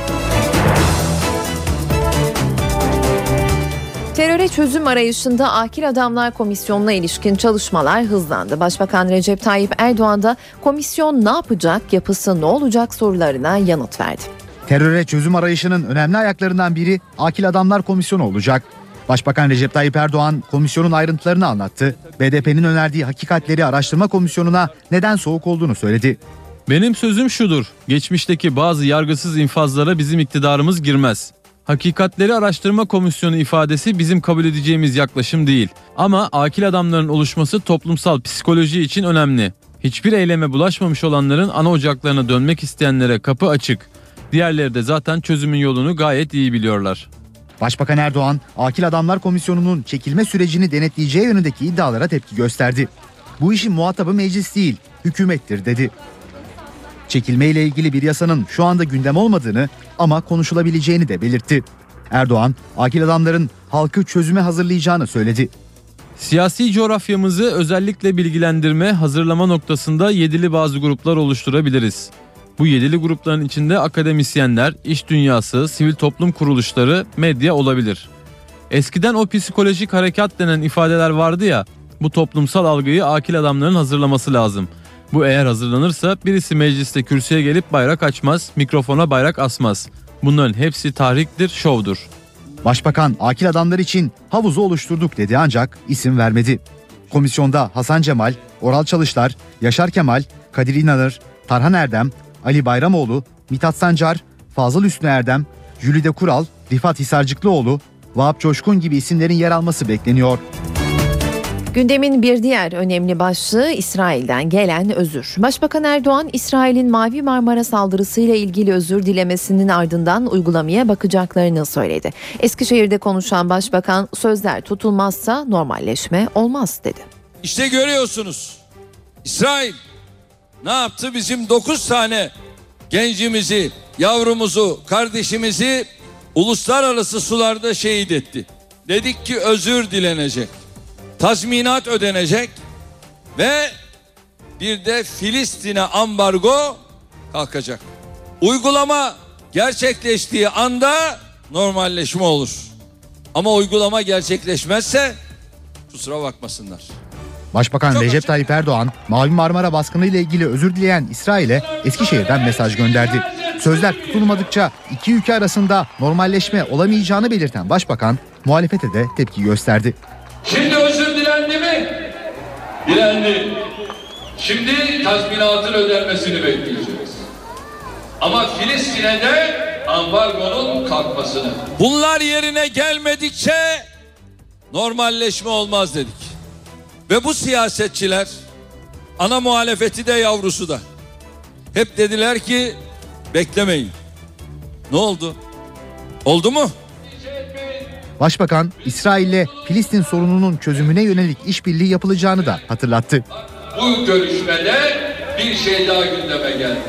Teröre çözüm arayışında Akil Adamlar Komisyonu'na ilişkin çalışmalar hızlandı. Başbakan Recep Tayyip Erdoğan da komisyon ne yapacak, yapısı ne olacak sorularına yanıt verdi. Teröre çözüm arayışının önemli ayaklarından biri Akil Adamlar Komisyonu olacak. Başbakan Recep Tayyip Erdoğan komisyonun ayrıntılarını anlattı. BDP'nin önerdiği hakikatleri araştırma komisyonuna neden soğuk olduğunu söyledi. Benim sözüm şudur: geçmişteki bazı yargısız infazlara bizim iktidarımız girmez. Hakikatleri araştırma komisyonu ifadesi bizim kabul edeceğimiz yaklaşım değil. Ama akil adamların oluşması toplumsal psikoloji için önemli. Hiçbir eyleme bulaşmamış olanların ana ocaklarına dönmek isteyenlere kapı açık. Diğerleri de zaten çözümün yolunu gayet iyi biliyorlar. Başbakan Erdoğan, Akil Adamlar Komisyonu'nun çekilme sürecini denetleyeceği yönündeki iddialara tepki gösterdi. Bu işin muhatabı meclis değil, hükümettir dedi. Çekilme ile ilgili bir yasanın şu anda gündem olmadığını ama konuşulabileceğini de belirtti. Erdoğan, akil adamların halkı çözüme hazırlayacağını söyledi. Siyasi coğrafyamızı özellikle bilgilendirme, hazırlama noktasında yedili bazı gruplar oluşturabiliriz. Bu yedili grupların içinde akademisyenler, iş dünyası, sivil toplum kuruluşları, medya olabilir. Eskiden o psikolojik harekat denen ifadeler vardı ya, bu toplumsal algıyı akil adamların hazırlaması lazım. Bu eğer hazırlanırsa birisi mecliste kürsüye gelip bayrak açmaz, mikrofona bayrak asmaz. Bunların hepsi tahriktir, şovdur. Başbakan akil adamlar için havuzu oluşturduk dedi ancak isim vermedi. Komisyonda Hasan Cemal, Oral Çalışlar, Yaşar Kemal, Kadir İnanır, Tarhan Erdem, Ali Bayramoğlu, Mithat Sancar, Fazıl Hüsnü Erdem, Jülide Kural, Rifat Hisarcıklıoğlu, Vahap Coşkun gibi isimlerin yer alması bekleniyor. Gündemin bir diğer önemli başlığı İsrail'den gelen özür. Başbakan Erdoğan, İsrail'in Mavi Marmara saldırısıyla ilgili özür dilemesinin ardından uygulamaya bakacaklarını söyledi. Eskişehir'de konuşan Başbakan, sözler tutulmazsa normalleşme olmaz dedi. İşte görüyorsunuz, İsrail ne yaptı? Bizim 9 tane gencimizi, yavrumuzu, kardeşimizi uluslararası sularda şehit etti. Dedik ki özür dilenecek, tazminat ödenecek ve bir de Filistin'e ambargo kalkacak. Uygulama gerçekleştiği anda normalleşme olur. Ama uygulama gerçekleşmezse kusura bakmasınlar. Başbakan Recep Tayyip Erdoğan, Mavi Marmara baskını ile ilgili özür dileyen İsrail'e Eskişehir'den mesaj gönderdi. Sözler tutulmadıkça iki ülke arasında normalleşme olamayacağını belirten Başbakan, muhalefete de tepki gösterdi. Şimdi özür dilendi mi? Dilendi. Şimdi tazminatın ödenmesini bekleyeceğiz. Ama Filistin'e de ambargonun kalkmasını. Bunlar yerine gelmedikçe normalleşme olmaz dedik. Ve bu siyasetçiler, ana muhalefeti de yavrusu da, hep dediler ki beklemeyin. Ne oldu? Oldu mu? Başbakan, İsrail'le Filistin sorununun çözümüne yönelik işbirliği yapılacağını da hatırlattı. Bu görüşmede bir şey daha gündeme geldi.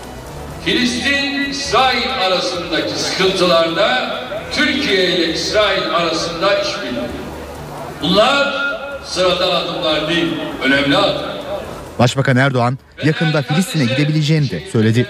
Filistin-İsrail arasındaki sıkıntılarda Türkiye ile İsrail arasında işbirliği. Bunlar sıradan adımlar değil, önemli adımlar. Başbakan Erdoğan yakında Filistin'e gidebileceğini de söyledi.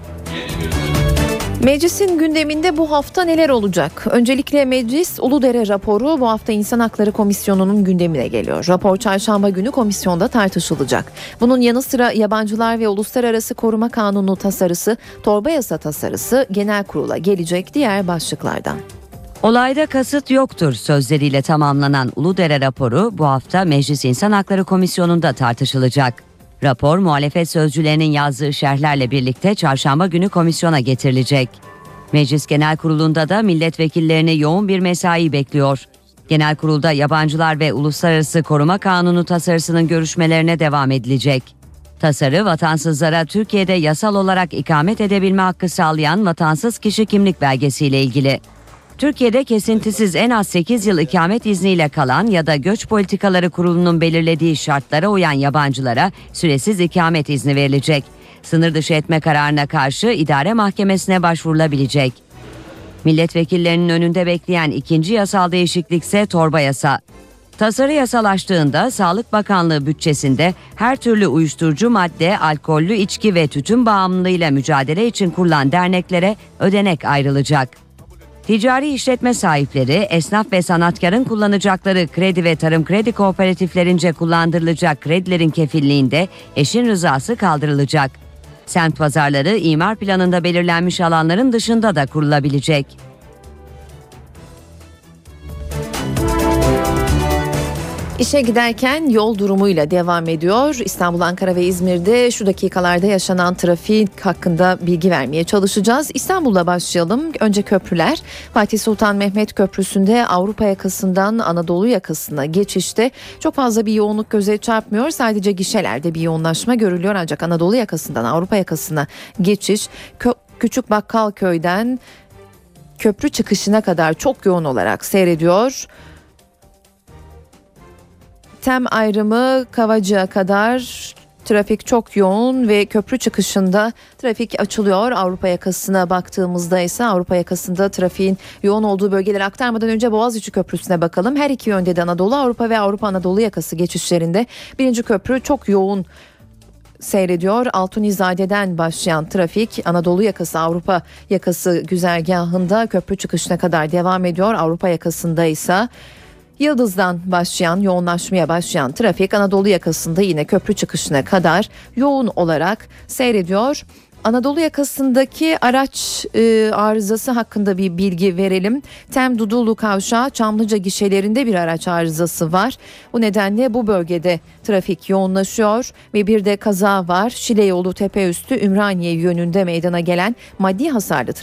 Meclisin gündeminde bu hafta neler olacak? Öncelikle Meclis Uludere raporu bu hafta İnsan Hakları Komisyonu'nun gündemine geliyor. Rapor çarşamba günü komisyonda tartışılacak. Bunun yanı sıra Yabancılar ve Uluslararası Koruma Kanunu tasarısı, torba yasa tasarısı genel kurula gelecek diğer başlıklardan. Olayda kasıt yoktur sözleriyle tamamlanan Uludere raporu bu hafta Meclis İnsan Hakları Komisyonu'nda tartışılacak. Rapor muhalefet sözcülerinin yazdığı şerhlerle birlikte çarşamba günü komisyona getirilecek. Meclis Genel Kurulu'nda da milletvekillerini yoğun bir mesai bekliyor. Genel Kurul'da Yabancılar ve Uluslararası Koruma Kanunu tasarısının görüşmelerine devam edilecek. Tasarı vatansızlara Türkiye'de yasal olarak ikamet edebilme hakkı sağlayan vatansız kişi kimlik belgesiyle ilgili. Türkiye'de kesintisiz en az 8 yıl ikamet izniyle kalan ya da Göç Politikaları Kurulu'nun belirlediği şartlara uyan yabancılara süresiz ikamet izni verilecek. Sınır dışı etme kararına karşı idare mahkemesine başvurulabilecek. Milletvekillerinin önünde bekleyen ikinci yasal değişiklikse torba yasa. Tasarı yasalaştığında Sağlık Bakanlığı bütçesinde her türlü uyuşturucu madde, alkollü içki ve tütün bağımlılığıyla mücadele için kurulan derneklere ödenek ayrılacak. Ticari işletme sahipleri, esnaf ve sanatkarın kullanacakları kredi ve tarım kredi kooperatiflerince kullandırılacak kredilerin kefilliğinde eşin rızası kaldırılacak. Semt pazarları imar planında belirlenmiş alanların dışında da kurulabilecek. İşe giderken yol durumuyla devam ediyor. İstanbul, Ankara ve İzmir'de şu dakikalarda yaşanan trafik hakkında bilgi vermeye çalışacağız. İstanbul'la başlayalım. Önce köprüler. Fatih Sultan Mehmet Köprüsü'nde Avrupa yakasından Anadolu yakasına geçişte çok fazla bir yoğunluk göze çarpmıyor. Sadece gişelerde bir yoğunlaşma görülüyor. Ancak Anadolu yakasından Avrupa yakasına geçiş Küçük Bakkalköy'den köprü çıkışına kadar çok yoğun olarak seyrediyor. Tem ayrımı Kavacık'a kadar trafik çok yoğun ve köprü çıkışında trafik açılıyor. Avrupa yakasına baktığımızda ise Avrupa yakasında trafiğin yoğun olduğu bölgeleri aktarmadan önce Boğaziçi Köprüsü'ne bakalım. Her iki yönde de Anadolu Avrupa ve Avrupa Anadolu yakası geçişlerinde birinci köprü çok yoğun seyrediyor. Altunizade'den başlayan trafik Anadolu yakası Avrupa yakası güzergahında köprü çıkışına kadar devam ediyor. Avrupa yakasında ise Yıldız'dan yoğunlaşmaya başlayan trafik Anadolu yakasında yine köprü çıkışına kadar yoğun olarak seyrediyor. Anadolu yakasındaki araç arızası hakkında bir bilgi verelim. Tem Dudullu Kavşağı Çamlıca gişelerinde bir araç arızası var. Bu nedenle bu bölgede trafik yoğunlaşıyor ve bir de kaza var. Şile yolu Tepeüstü Ümraniye yönünde meydana gelen maddi hasarlı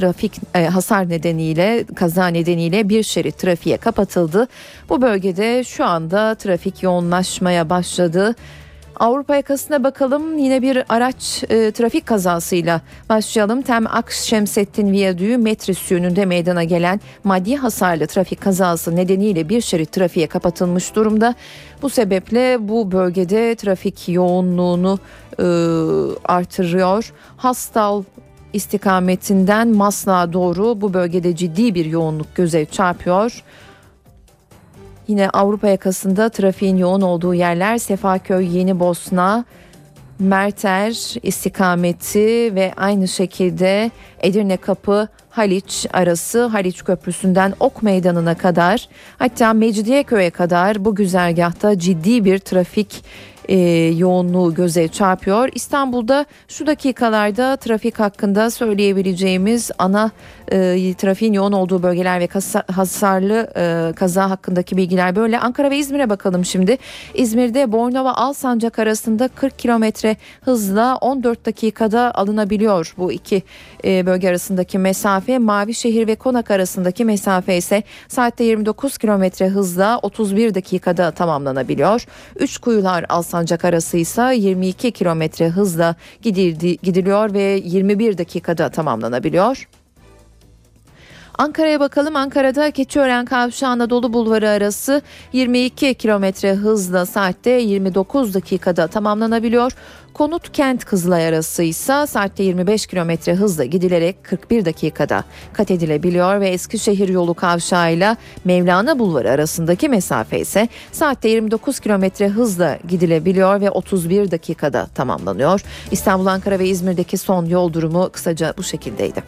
kaza nedeniyle bir şerit trafiğe kapatıldı. Bu bölgede şu anda trafik yoğunlaşmaya başladı. Avrupa yakasına bakalım, yine bir araç trafik kazasıyla başlayalım. Tem Akşemsettin Viyadüğü Metris yönünde meydana gelen maddi hasarlı trafik kazası nedeniyle bir şerit trafiğe kapatılmış durumda. Bu sebeple bu bölgede trafik yoğunluğunu artırıyor. Hastal istikametinden Maslak'a doğru bu bölgede ciddi bir yoğunluk göze çarpıyor. Yine Avrupa yakasında trafiğin yoğun olduğu yerler Sefaköy, Yenibosna, Merter istikameti ve aynı şekilde Edirne Kapı Haliç arası, Haliç Köprüsü'nden Ok Meydanı'na kadar, hatta Mecidiyeköy'e kadar bu güzergahta ciddi bir trafik yoğunluğu göze çarpıyor. İstanbul'da şu dakikalarda trafik hakkında söyleyebileceğimiz ana trafiğin yoğun olduğu bölgeler ve hasarlı kaza hakkındaki bilgiler böyle. Ankara ve İzmir'e bakalım şimdi. İzmir'de Bornova Alsancak arasında 40 kilometre hızla 14 dakikada alınabiliyor bu iki bölge arasındaki mesafe. Mavişehir ve Konak arasındaki mesafe ise saatte 29 kilometre hızla 31 dakikada tamamlanabiliyor. Üçkuyular Alsancak arası ise 22 kilometre hızla gidiliyor ve 21 dakikada tamamlanabiliyor. Ankara'ya bakalım. Ankara'da Keçiören Kavşağı Anadolu Bulvarı arası 22 kilometre hızla saatte 29 dakikada tamamlanabiliyor. Konut Kent Kızılay arası ise saatte 25 kilometre hızla gidilerek 41 dakikada kat edilebiliyor ve Eskişehir yolu kavşağıyla Mevlana Bulvarı arasındaki mesafe ise saatte 29 kilometre hızla gidilebiliyor ve 31 dakikada tamamlanıyor. İstanbul, Ankara ve İzmir'deki son yol durumu kısaca bu şekildeydi.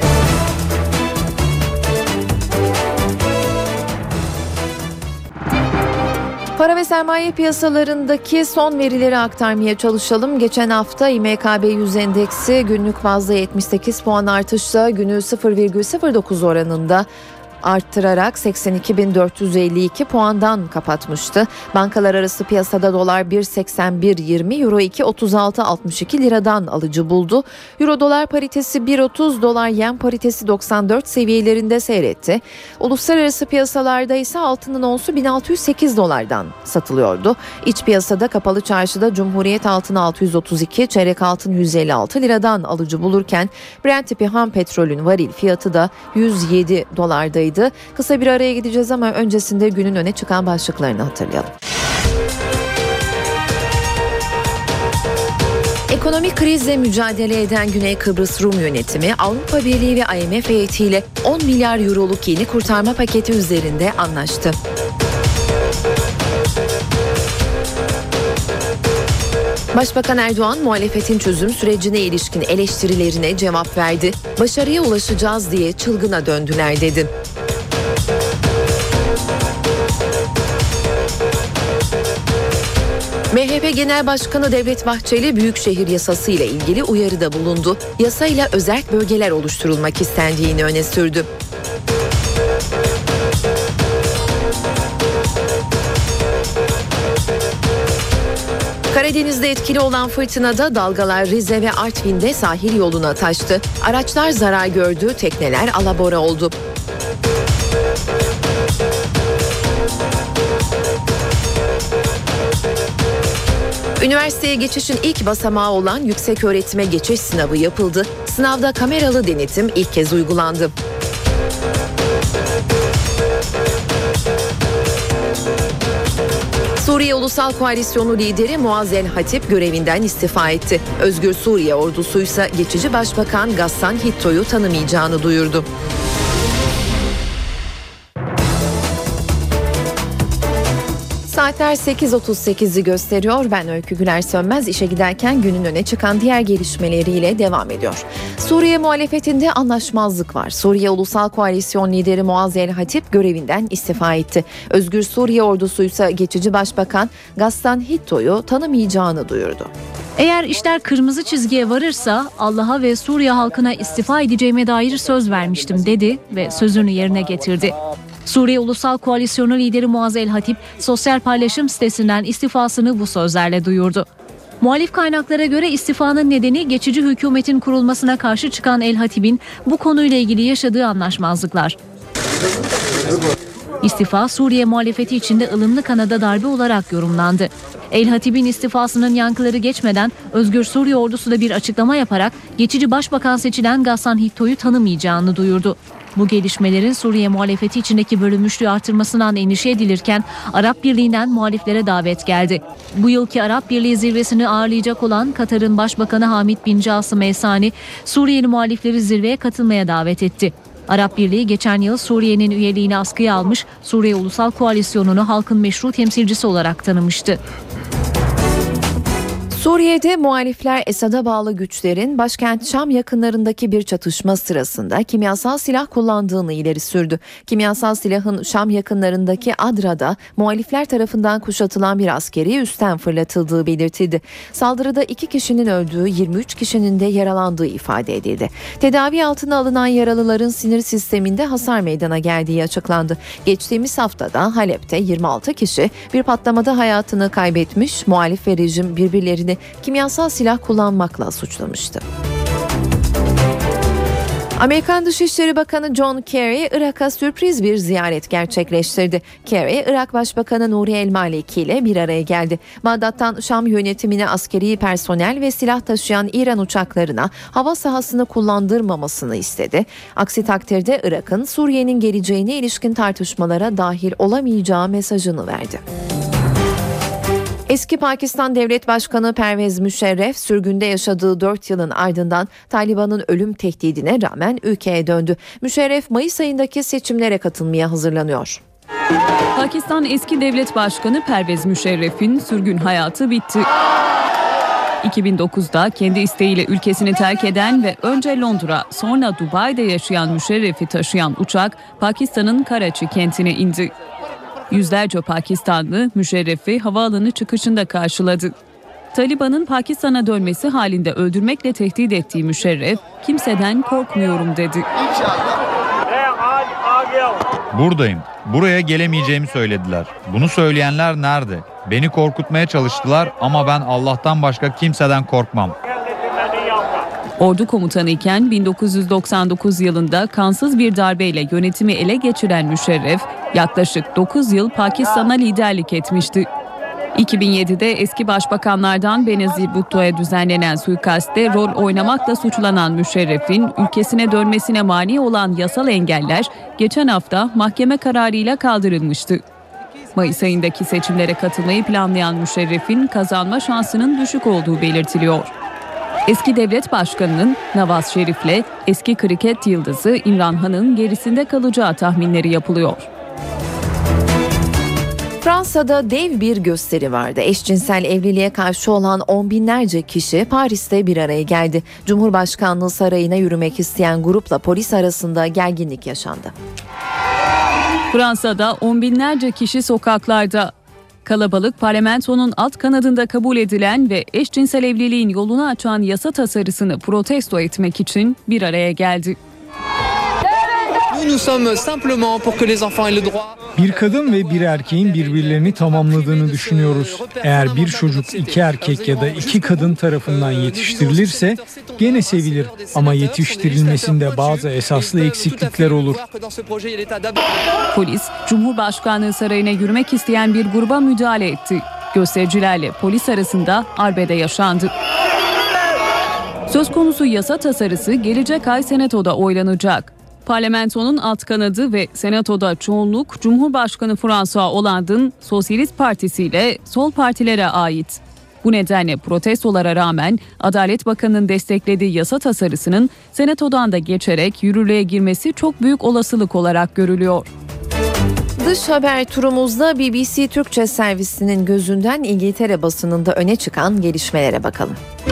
Para ve sermaye piyasalarındaki son verileri aktarmaya çalışalım. Geçen hafta İMKB 100 endeksi günlük bazda 78 puan artışla günü 0,09 oranında arttırarak 82.452 puandan kapatmıştı. Bankalar arası piyasada dolar 1.81.20, euro 2.36.62 liradan alıcı buldu. Euro dolar paritesi 1.30, dolar yen paritesi 94 seviyelerinde seyretti. Uluslararası piyasalarda ise altının onsu 1608 dolardan satılıyordu. İç piyasada kapalı çarşıda Cumhuriyet altını 632, çeyrek altın 156 liradan alıcı bulurken Brent tipi ham petrolün varil fiyatı da 107 dolardaydı. Kısa bir araya gideceğiz ama öncesinde günün öne çıkan başlıklarını hatırlayalım. Ekonomik krizle mücadele eden Güney Kıbrıs Rum yönetimi Avrupa Birliği ve IMF heyetiyle 10 milyar euroluk yeni kurtarma paketi üzerinde anlaştı. Başbakan Erdoğan muhalefetin çözüm sürecine ilişkin eleştirilerine cevap verdi. Başarıya ulaşacağız diye çılgına döndüler dedi. MHP Genel Başkanı Devlet Bahçeli Büyükşehir Yasası ile ilgili uyarıda bulundu. Yasayla özerk bölgeler oluşturulmak istendiğini öne sürdü. Karadeniz'de etkili olan fırtınada dalgalar Rize ve Artvin'de sahil yoluna taştı. Araçlar zarar gördü, tekneler alabora oldu. Üniversiteye geçişin ilk basamağı olan yükseköğretime geçiş sınavı yapıldı. Sınavda kameralı denetim ilk kez uygulandı. Suriye Ulusal Koalisyonu lideri Muaz el-Hatip görevinden istifa etti. Özgür Suriye ordusu ise geçici başbakan Gassan Hitto'yu tanımayacağını duyurdu. Saatler 8.38'i gösteriyor. Ben Öykü Güler Sönmez. İşe giderken günün öne çıkan diğer gelişmeleriyle devam ediyor. Suriye muhalefetinde anlaşmazlık var. Suriye Ulusal Koalisyon lideri Muaz el-Hatip görevinden istifa etti. Özgür Suriye ordusu ise geçici başbakan Gassan Hitto'yu tanımayacağını duyurdu. Eğer işler kırmızı çizgiye varırsa Allah'a ve Suriye halkına istifa edeceğime dair söz vermiştim dedi ve sözünü yerine getirdi. Suriye Ulusal Koalisyonu lideri Muaz el-Hatip sosyal paylaşım sitesinden istifasını bu sözlerle duyurdu. Muhalif kaynaklara göre istifanın nedeni geçici hükümetin kurulmasına karşı çıkan el-Hatip'in bu konuyla ilgili yaşadığı anlaşmazlıklar. İstifa Suriye muhalefeti içinde ılımlı kanada darbe olarak yorumlandı. El-Hatip'in istifasının yankıları geçmeden Özgür Suriye ordusu da bir açıklama yaparak geçici başbakan seçilen Gassan Hitto'yu tanımayacağını duyurdu. Bu gelişmelerin Suriye muhalefeti içindeki bölünmüşlüğü artırmasından endişe edilirken Arap Birliği'nden muhaliflere davet geldi. Bu yılki Arap Birliği zirvesini ağırlayacak olan Katar'ın Başbakanı Hamid bin Casım El Sani, Suriyeli muhalifleri zirveye katılmaya davet etti. Arap Birliği geçen yıl Suriye'nin üyeliğini askıya almış, Suriye Ulusal Koalisyonu'nu halkın meşru temsilcisi olarak tanımıştı. Suriye'de muhalifler Esad'a bağlı güçlerin başkent Şam yakınlarındaki bir çatışma sırasında kimyasal silah kullandığını ileri sürdü. Kimyasal silahın Şam yakınlarındaki Adra'da muhalifler tarafından kuşatılan bir askeri üstten fırlatıldığı belirtildi. Saldırıda 2 kişinin öldüğü, 23 kişinin de yaralandığı ifade edildi. Tedavi altına alınan yaralıların sinir sisteminde hasar meydana geldiği açıklandı. Geçtiğimiz haftada Halep'te 26 kişi bir patlamada hayatını kaybetmiş, muhalif ve rejim birbirlerini kimyasal silah kullanmakla suçlamıştı. Amerikan Dışişleri Bakanı John Kerry, Irak'a sürpriz bir ziyaret gerçekleştirdi. Kerry, Irak Başbakanı Nuri el-Maliki ile bir araya geldi. Bağdat'tan Şam yönetimine askeri personel ve silah taşıyan İran uçaklarına hava sahasını kullandırmamasını istedi. Aksi takdirde Irak'ın Suriye'nin geleceğine ilişkin tartışmalara dahil olamayacağı mesajını verdi. Eski Pakistan Devlet Başkanı Pervez Müşerref sürgünde yaşadığı 4 yılın ardından Taliban'ın ölüm tehdidine rağmen ülkeye döndü. Müşerref Mayıs ayındaki seçimlere katılmaya hazırlanıyor. Pakistan eski devlet başkanı Pervez Müşerref'in sürgün hayatı bitti. 2009'da kendi isteğiyle ülkesini terk eden ve önce Londra sonra Dubai'de yaşayan Müşerref'i taşıyan uçak Pakistan'ın Karachi kentine indi. Yüzlerce Pakistanlı Müşerref'i havaalanı çıkışında karşıladı. Taliban'ın Pakistan'a dönmesi halinde öldürmekle tehdit ettiği Müşerref, kimseden korkmuyorum dedi. Buradayım. Buraya gelemeyeceğimi söylediler. Bunu söyleyenler nerede? Beni korkutmaya çalıştılar ama ben Allah'tan başka kimseden korkmam. Ordu komutanı iken 1999 yılında kansız bir darbeyle yönetimi ele geçiren Müşerref, yaklaşık 9 yıl Pakistan'a liderlik etmişti. 2007'de eski başbakanlardan Benazir Bhutto'ya düzenlenen suikastte rol oynamakla suçlanan Müşerref'in ülkesine dönmesine mani olan yasal engeller geçen hafta mahkeme kararıyla kaldırılmıştı. Mayıs ayındaki seçimlere katılmayı planlayan Müşerref'in kazanma şansının düşük olduğu belirtiliyor. Eski devlet başkanının Nawaz Şerif'le eski kriket yıldızı İmran Han'ın gerisinde kalacağı tahminleri yapılıyor. Fransa'da dev bir gösteri vardı. Eşcinsel evliliğe karşı olan on binlerce kişi Paris'te bir araya geldi. Cumhurbaşkanlığı sarayına yürümek isteyen grupla polis arasında gerginlik yaşandı. Fransa'da on binlerce kişi sokaklarda. Kalabalık parlamentonun alt kanadında kabul edilen ve eşcinsel evliliğin yolunu açan yasa tasarısını protesto etmek için bir araya geldi. Bir kadın ve bir erkeğin birbirlerini tamamladığını düşünüyoruz. Eğer bir çocuk iki erkek ya da iki kadın tarafından yetiştirilirse gene sevilir. Ama yetiştirilmesinde bazı esaslı eksiklikler olur. Polis, Cumhurbaşkanlığı Sarayı'na yürümek isteyen bir gruba müdahale etti. Göstericilerle polis arasında arbede yaşandı. Söz konusu yasa tasarısı gelecek ay Senato'da oylanacak. Parlamentonun alt kanadı ve Senato'da çoğunluk Cumhurbaşkanı François Hollande'ın Sosyalist Partisi ile sol partilere ait. Bu nedenle protestolara rağmen Adalet Bakanı'nın desteklediği yasa tasarısının Senato'dan da geçerek yürürlüğe girmesi çok büyük olasılık olarak görülüyor. Dış haber turumuzda BBC Türkçe servisinin gözünden İngiltere basınında öne çıkan gelişmelere bakalım.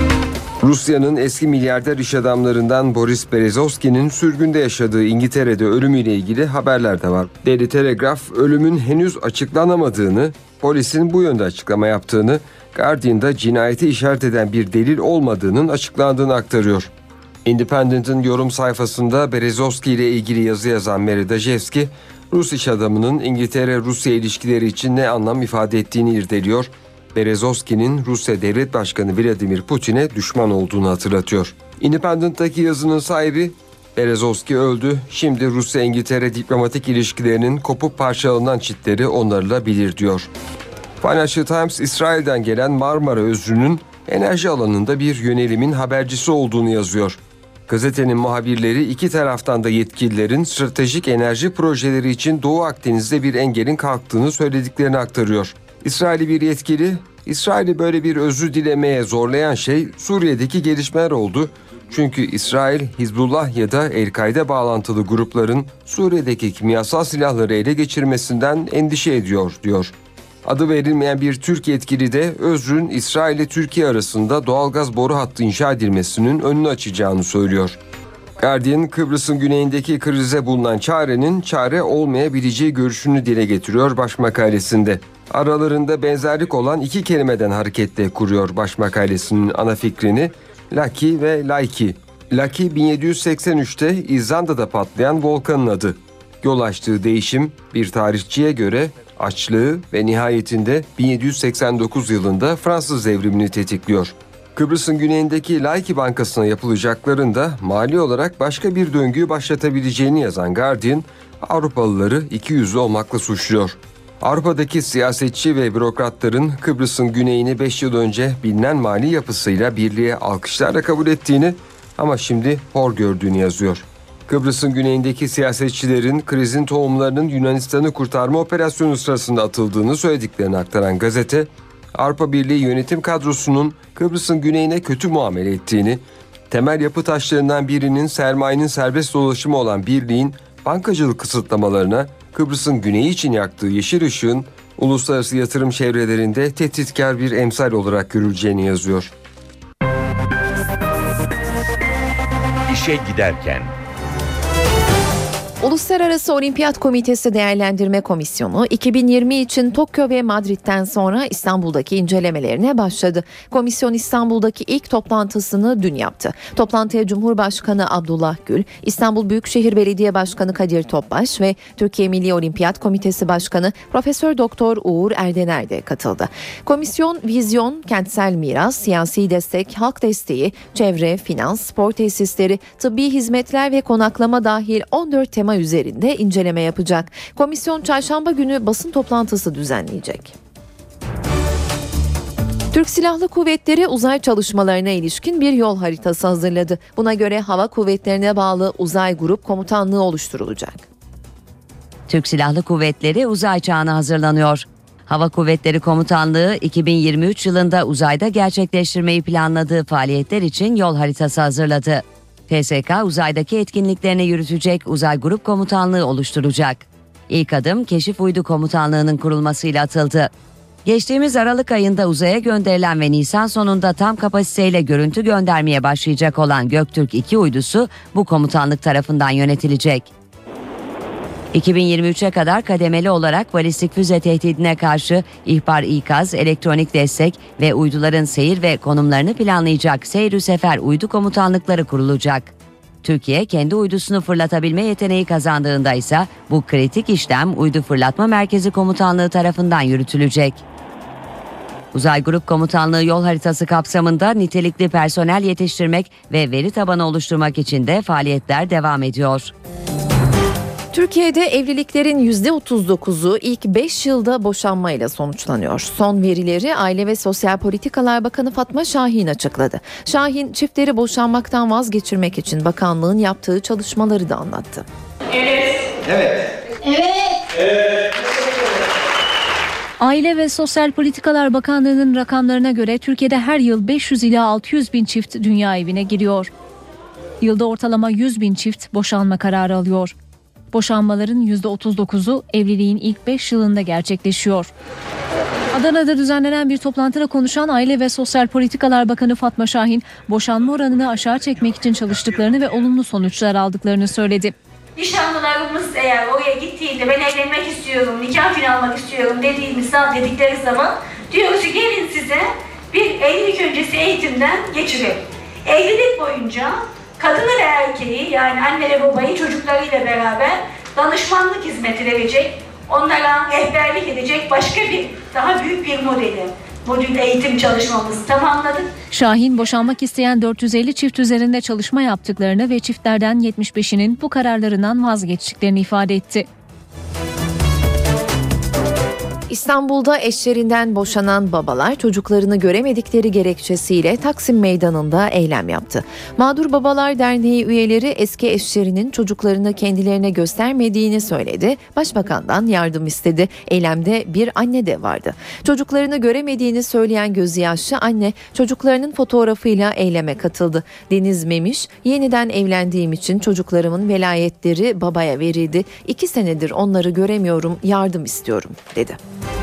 Rusya'nın eski milyarder iş adamlarından Boris Berezovski'nin sürgünde yaşadığı İngiltere'de ölümüyle ilgili haberler de var. Daily Telegraph ölümün henüz açıklanamadığını, polisin bu yönde açıklama yaptığını, Guardian'da cinayeti işaret eden bir delil olmadığının açıklandığını aktarıyor. Independent'ın yorum sayfasında Berezovski ile ilgili yazı yazan Mary Dajewski, Rus iş adamının İngiltere-Rusya ilişkileri için ne anlam ifade ettiğini irdeliyor. Berezovski'nin Rusya Devlet Başkanı Vladimir Putin'e düşman olduğunu hatırlatıyor. Independent'taki yazının sahibi, Berezovski öldü, şimdi Rusya-İngiltere diplomatik ilişkilerinin kopup parçalanan çitleri onarılabilir diyor. Financial Times, İsrail'den gelen Marmara Özrü'nün enerji alanında bir yönelimin habercisi olduğunu yazıyor. Gazetenin muhabirleri iki taraftan da yetkililerin stratejik enerji projeleri için Doğu Akdeniz'de bir engelin kalktığını söylediklerini aktarıyor. İsrailli bir yetkili, İsrail'i böyle bir özür dilemeye zorlayan şey Suriye'deki gelişmeler oldu. Çünkü İsrail, Hizbullah ya da El-Kaide bağlantılı grupların Suriye'deki kimyasal silahları ele geçirmesinden endişe ediyor, diyor. Adı verilmeyen bir Türk yetkili de özrün İsrail ile Türkiye arasında doğalgaz boru hattı inşa edilmesinin önünü açacağını söylüyor. Guardian, Kıbrıs'ın güneyindeki krize bulunan çarenin çare olmayabileceği görüşünü dile getiriyor başmakalesinde. Aralarında benzerlik olan iki kelimeden hareketle kuruyor başmakalesinin ana fikrini, Laki ve Laiki. Laki 1783'te İzlanda'da patlayan volkanın adı. Yol açtığı değişim bir tarihçiye göre açlığı ve nihayetinde 1789 yılında Fransız devrimini tetikliyor. Kıbrıs'ın güneyindeki Laiki Bankası'na yapılacakların da mali olarak başka bir döngüyü başlatabileceğini yazan Guardian, Avrupalıları ikiyüzlü olmakla suçluyor. Avrupa'daki siyasetçi ve bürokratların Kıbrıs'ın güneyini 5 yıl önce bilinen mali yapısıyla birliğe alkışlarla kabul ettiğini ama şimdi hor gördüğünü yazıyor. Kıbrıs'ın güneyindeki siyasetçilerin krizin tohumlarının Yunanistan'ı kurtarma operasyonu sırasında atıldığını söylediklerini aktaran gazete, Avrupa Birliği yönetim kadrosunun Kıbrıs'ın güneyine kötü muamele ettiğini, temel yapı taşlarından birinin sermayenin serbest dolaşımı olan birliğin bankacılık kısıtlamalarına, Kıbrıs'ın güneyi için yaktığı yeşil ışığın uluslararası yatırım çevrelerinde tehditkar bir emsal olarak görüleceğini yazıyor. İşe giderken. Uluslararası Olimpiyat Komitesi Değerlendirme Komisyonu 2020 için Tokyo ve Madrid'den sonra İstanbul'daki incelemelerine başladı. Komisyon İstanbul'daki ilk toplantısını dün yaptı. Toplantıya Cumhurbaşkanı Abdullah Gül, İstanbul Büyükşehir Belediye Başkanı Kadir Topbaş ve Türkiye Milli Olimpiyat Komitesi Başkanı Profesör Doktor Uğur Erdener de katıldı. Komisyon vizyon, kentsel miras, siyasi destek, halk desteği, çevre, finans, spor tesisleri, tıbbi hizmetler ve konaklama dahil 14 tema üzerinde inceleme yapacak. Komisyon çarşamba günü basın toplantısı düzenleyecek. Türk Silahlı Kuvvetleri uzay çalışmalarına ilişkin bir yol haritası hazırladı. Buna göre Hava Kuvvetlerine bağlı Uzay Grup Komutanlığı oluşturulacak. Türk Silahlı Kuvvetleri uzay çağına hazırlanıyor. Hava Kuvvetleri Komutanlığı 2023 yılında uzayda gerçekleştirmeyi planladığı faaliyetler için yol haritası hazırladı. TSK uzaydaki etkinliklerini yürütecek Uzay Grup Komutanlığı oluşturacak. İlk adım Keşif Uydu Komutanlığı'nın kurulmasıyla atıldı. Geçtiğimiz Aralık ayında uzaya gönderilen ve Nisan sonunda tam kapasiteyle görüntü göndermeye başlayacak olan Göktürk 2 uydusu bu komutanlık tarafından yönetilecek. 2023'e kadar kademeli olarak balistik füze tehdidine karşı ihbar, ikaz, elektronik destek ve uyduların seyir ve konumlarını planlayacak Seyr-ü Sefer uydu komutanlıkları kurulacak. Türkiye kendi uydusunu fırlatabilme yeteneği kazandığında ise bu kritik işlem Uydu Fırlatma Merkezi Komutanlığı tarafından yürütülecek. Uzay Grup Komutanlığı yol haritası kapsamında nitelikli personel yetiştirmek ve veri tabanı oluşturmak için de faaliyetler devam ediyor. Türkiye'de evliliklerin %39'u ilk 5 yılda boşanmayla sonuçlanıyor. Son verileri Aile ve Sosyal Politikalar Bakanı Fatma Şahin açıkladı. Şahin, çiftleri boşanmaktan vazgeçirmek için bakanlığın yaptığı çalışmaları da anlattı. Aile ve Sosyal Politikalar Bakanlığı'nın rakamlarına göre Türkiye'de her yıl 500 ila 600 bin çift dünya evine giriyor. Yılda ortalama 100 bin çift boşanma kararı alıyor. Boşanmaların %39'u evliliğin ilk 5 yılında gerçekleşiyor. Adana'da düzenlenen bir toplantıda konuşan Aile ve Sosyal Politikalar Bakanı Fatma Şahin, boşanma oranını aşağı çekmek için çalıştıklarını ve olumlu sonuçlar aldıklarını söyledi. Nişanlılarımız eğer oraya gittiğinde ben evlenmek istiyorum, nikah günü almak istiyorum dedikleri zaman diyoruz ki gelin size bir evlilik öncesi eğitimden geçirelim. Evlilik boyunca kadını ve erkeği, yani anne ve babayı çocuklarıyla beraber danışmanlık hizmeti verecek, onlara rehberlik edecek başka bir, daha büyük bir modül eğitim çalışmamızı tamamladık. Şahin, boşanmak isteyen 450 çift üzerinde çalışma yaptıklarını ve çiftlerden 75'inin bu kararlarından vazgeçtiklerini ifade etti. İstanbul'da eşlerinden boşanan babalar çocuklarını göremedikleri gerekçesiyle Taksim Meydanı'nda eylem yaptı. Mağdur Babalar Derneği üyeleri eski eşlerinin çocuklarını kendilerine göstermediğini söyledi. Başbakandan yardım istedi. Eylemde bir anne de vardı. Çocuklarını göremediğini söyleyen gözü yaşlı anne çocuklarının fotoğrafıyla eyleme katıldı. Deniz Memiş, yeniden evlendiğim için çocuklarımın velayetleri babaya verildi. 2 senedir onları göremiyorum, yardım istiyorum dedi.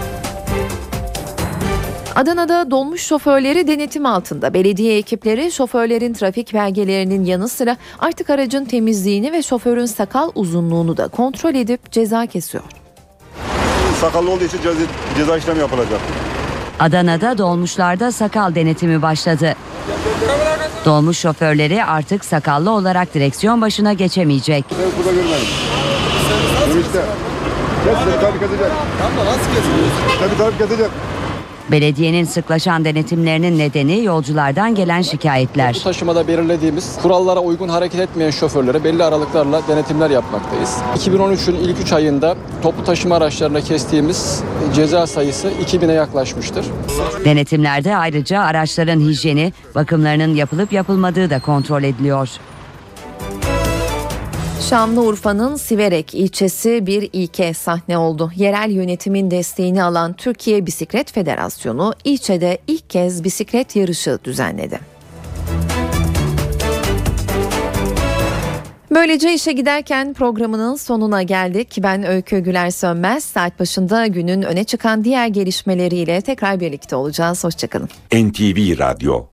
Adana'da dolmuş şoförleri denetim altında. Belediye ekipleri şoförlerin trafik belgelerinin yanı sıra artık aracın temizliğini ve şoförün sakal uzunluğunu da kontrol edip ceza kesiyor. Sakallı olduğu için ceza işlemi yapılacak. Adana'da dolmuşlarda sakal denetimi başladı. Dolmuş şoförleri artık sakallı olarak direksiyon başına geçemeyecek. Burada görmedim. Dönüşte. Tabii kesecek. Tabii kesecek. Belediyenin sıklaşan denetimlerinin nedeni yolculardan gelen şikayetler. Bu taşımada belirlediğimiz kurallara uygun hareket etmeyen şoförlere belli aralıklarla denetimler yapmaktayız. 2013'ün ilk 3 ayında toplu taşıma araçlarına kestiğimiz ceza sayısı 2000'e yaklaşmıştır. Denetimlerde ayrıca araçların hijyeni, bakımlarının yapılıp yapılmadığı da kontrol ediliyor. Şanlıurfa'nın Siverek ilçesi bir ilke sahne oldu. Yerel yönetimin desteğini alan Türkiye Bisiklet Federasyonu ilçede ilk kez bisiklet yarışı düzenledi. Böylece işe giderken programının sonuna geldik. Ben Öykü Güler Sönmez. Saat başında günün öne çıkan diğer gelişmeleriyle tekrar birlikte olacağız. Hoşçakalın. NTV Radyo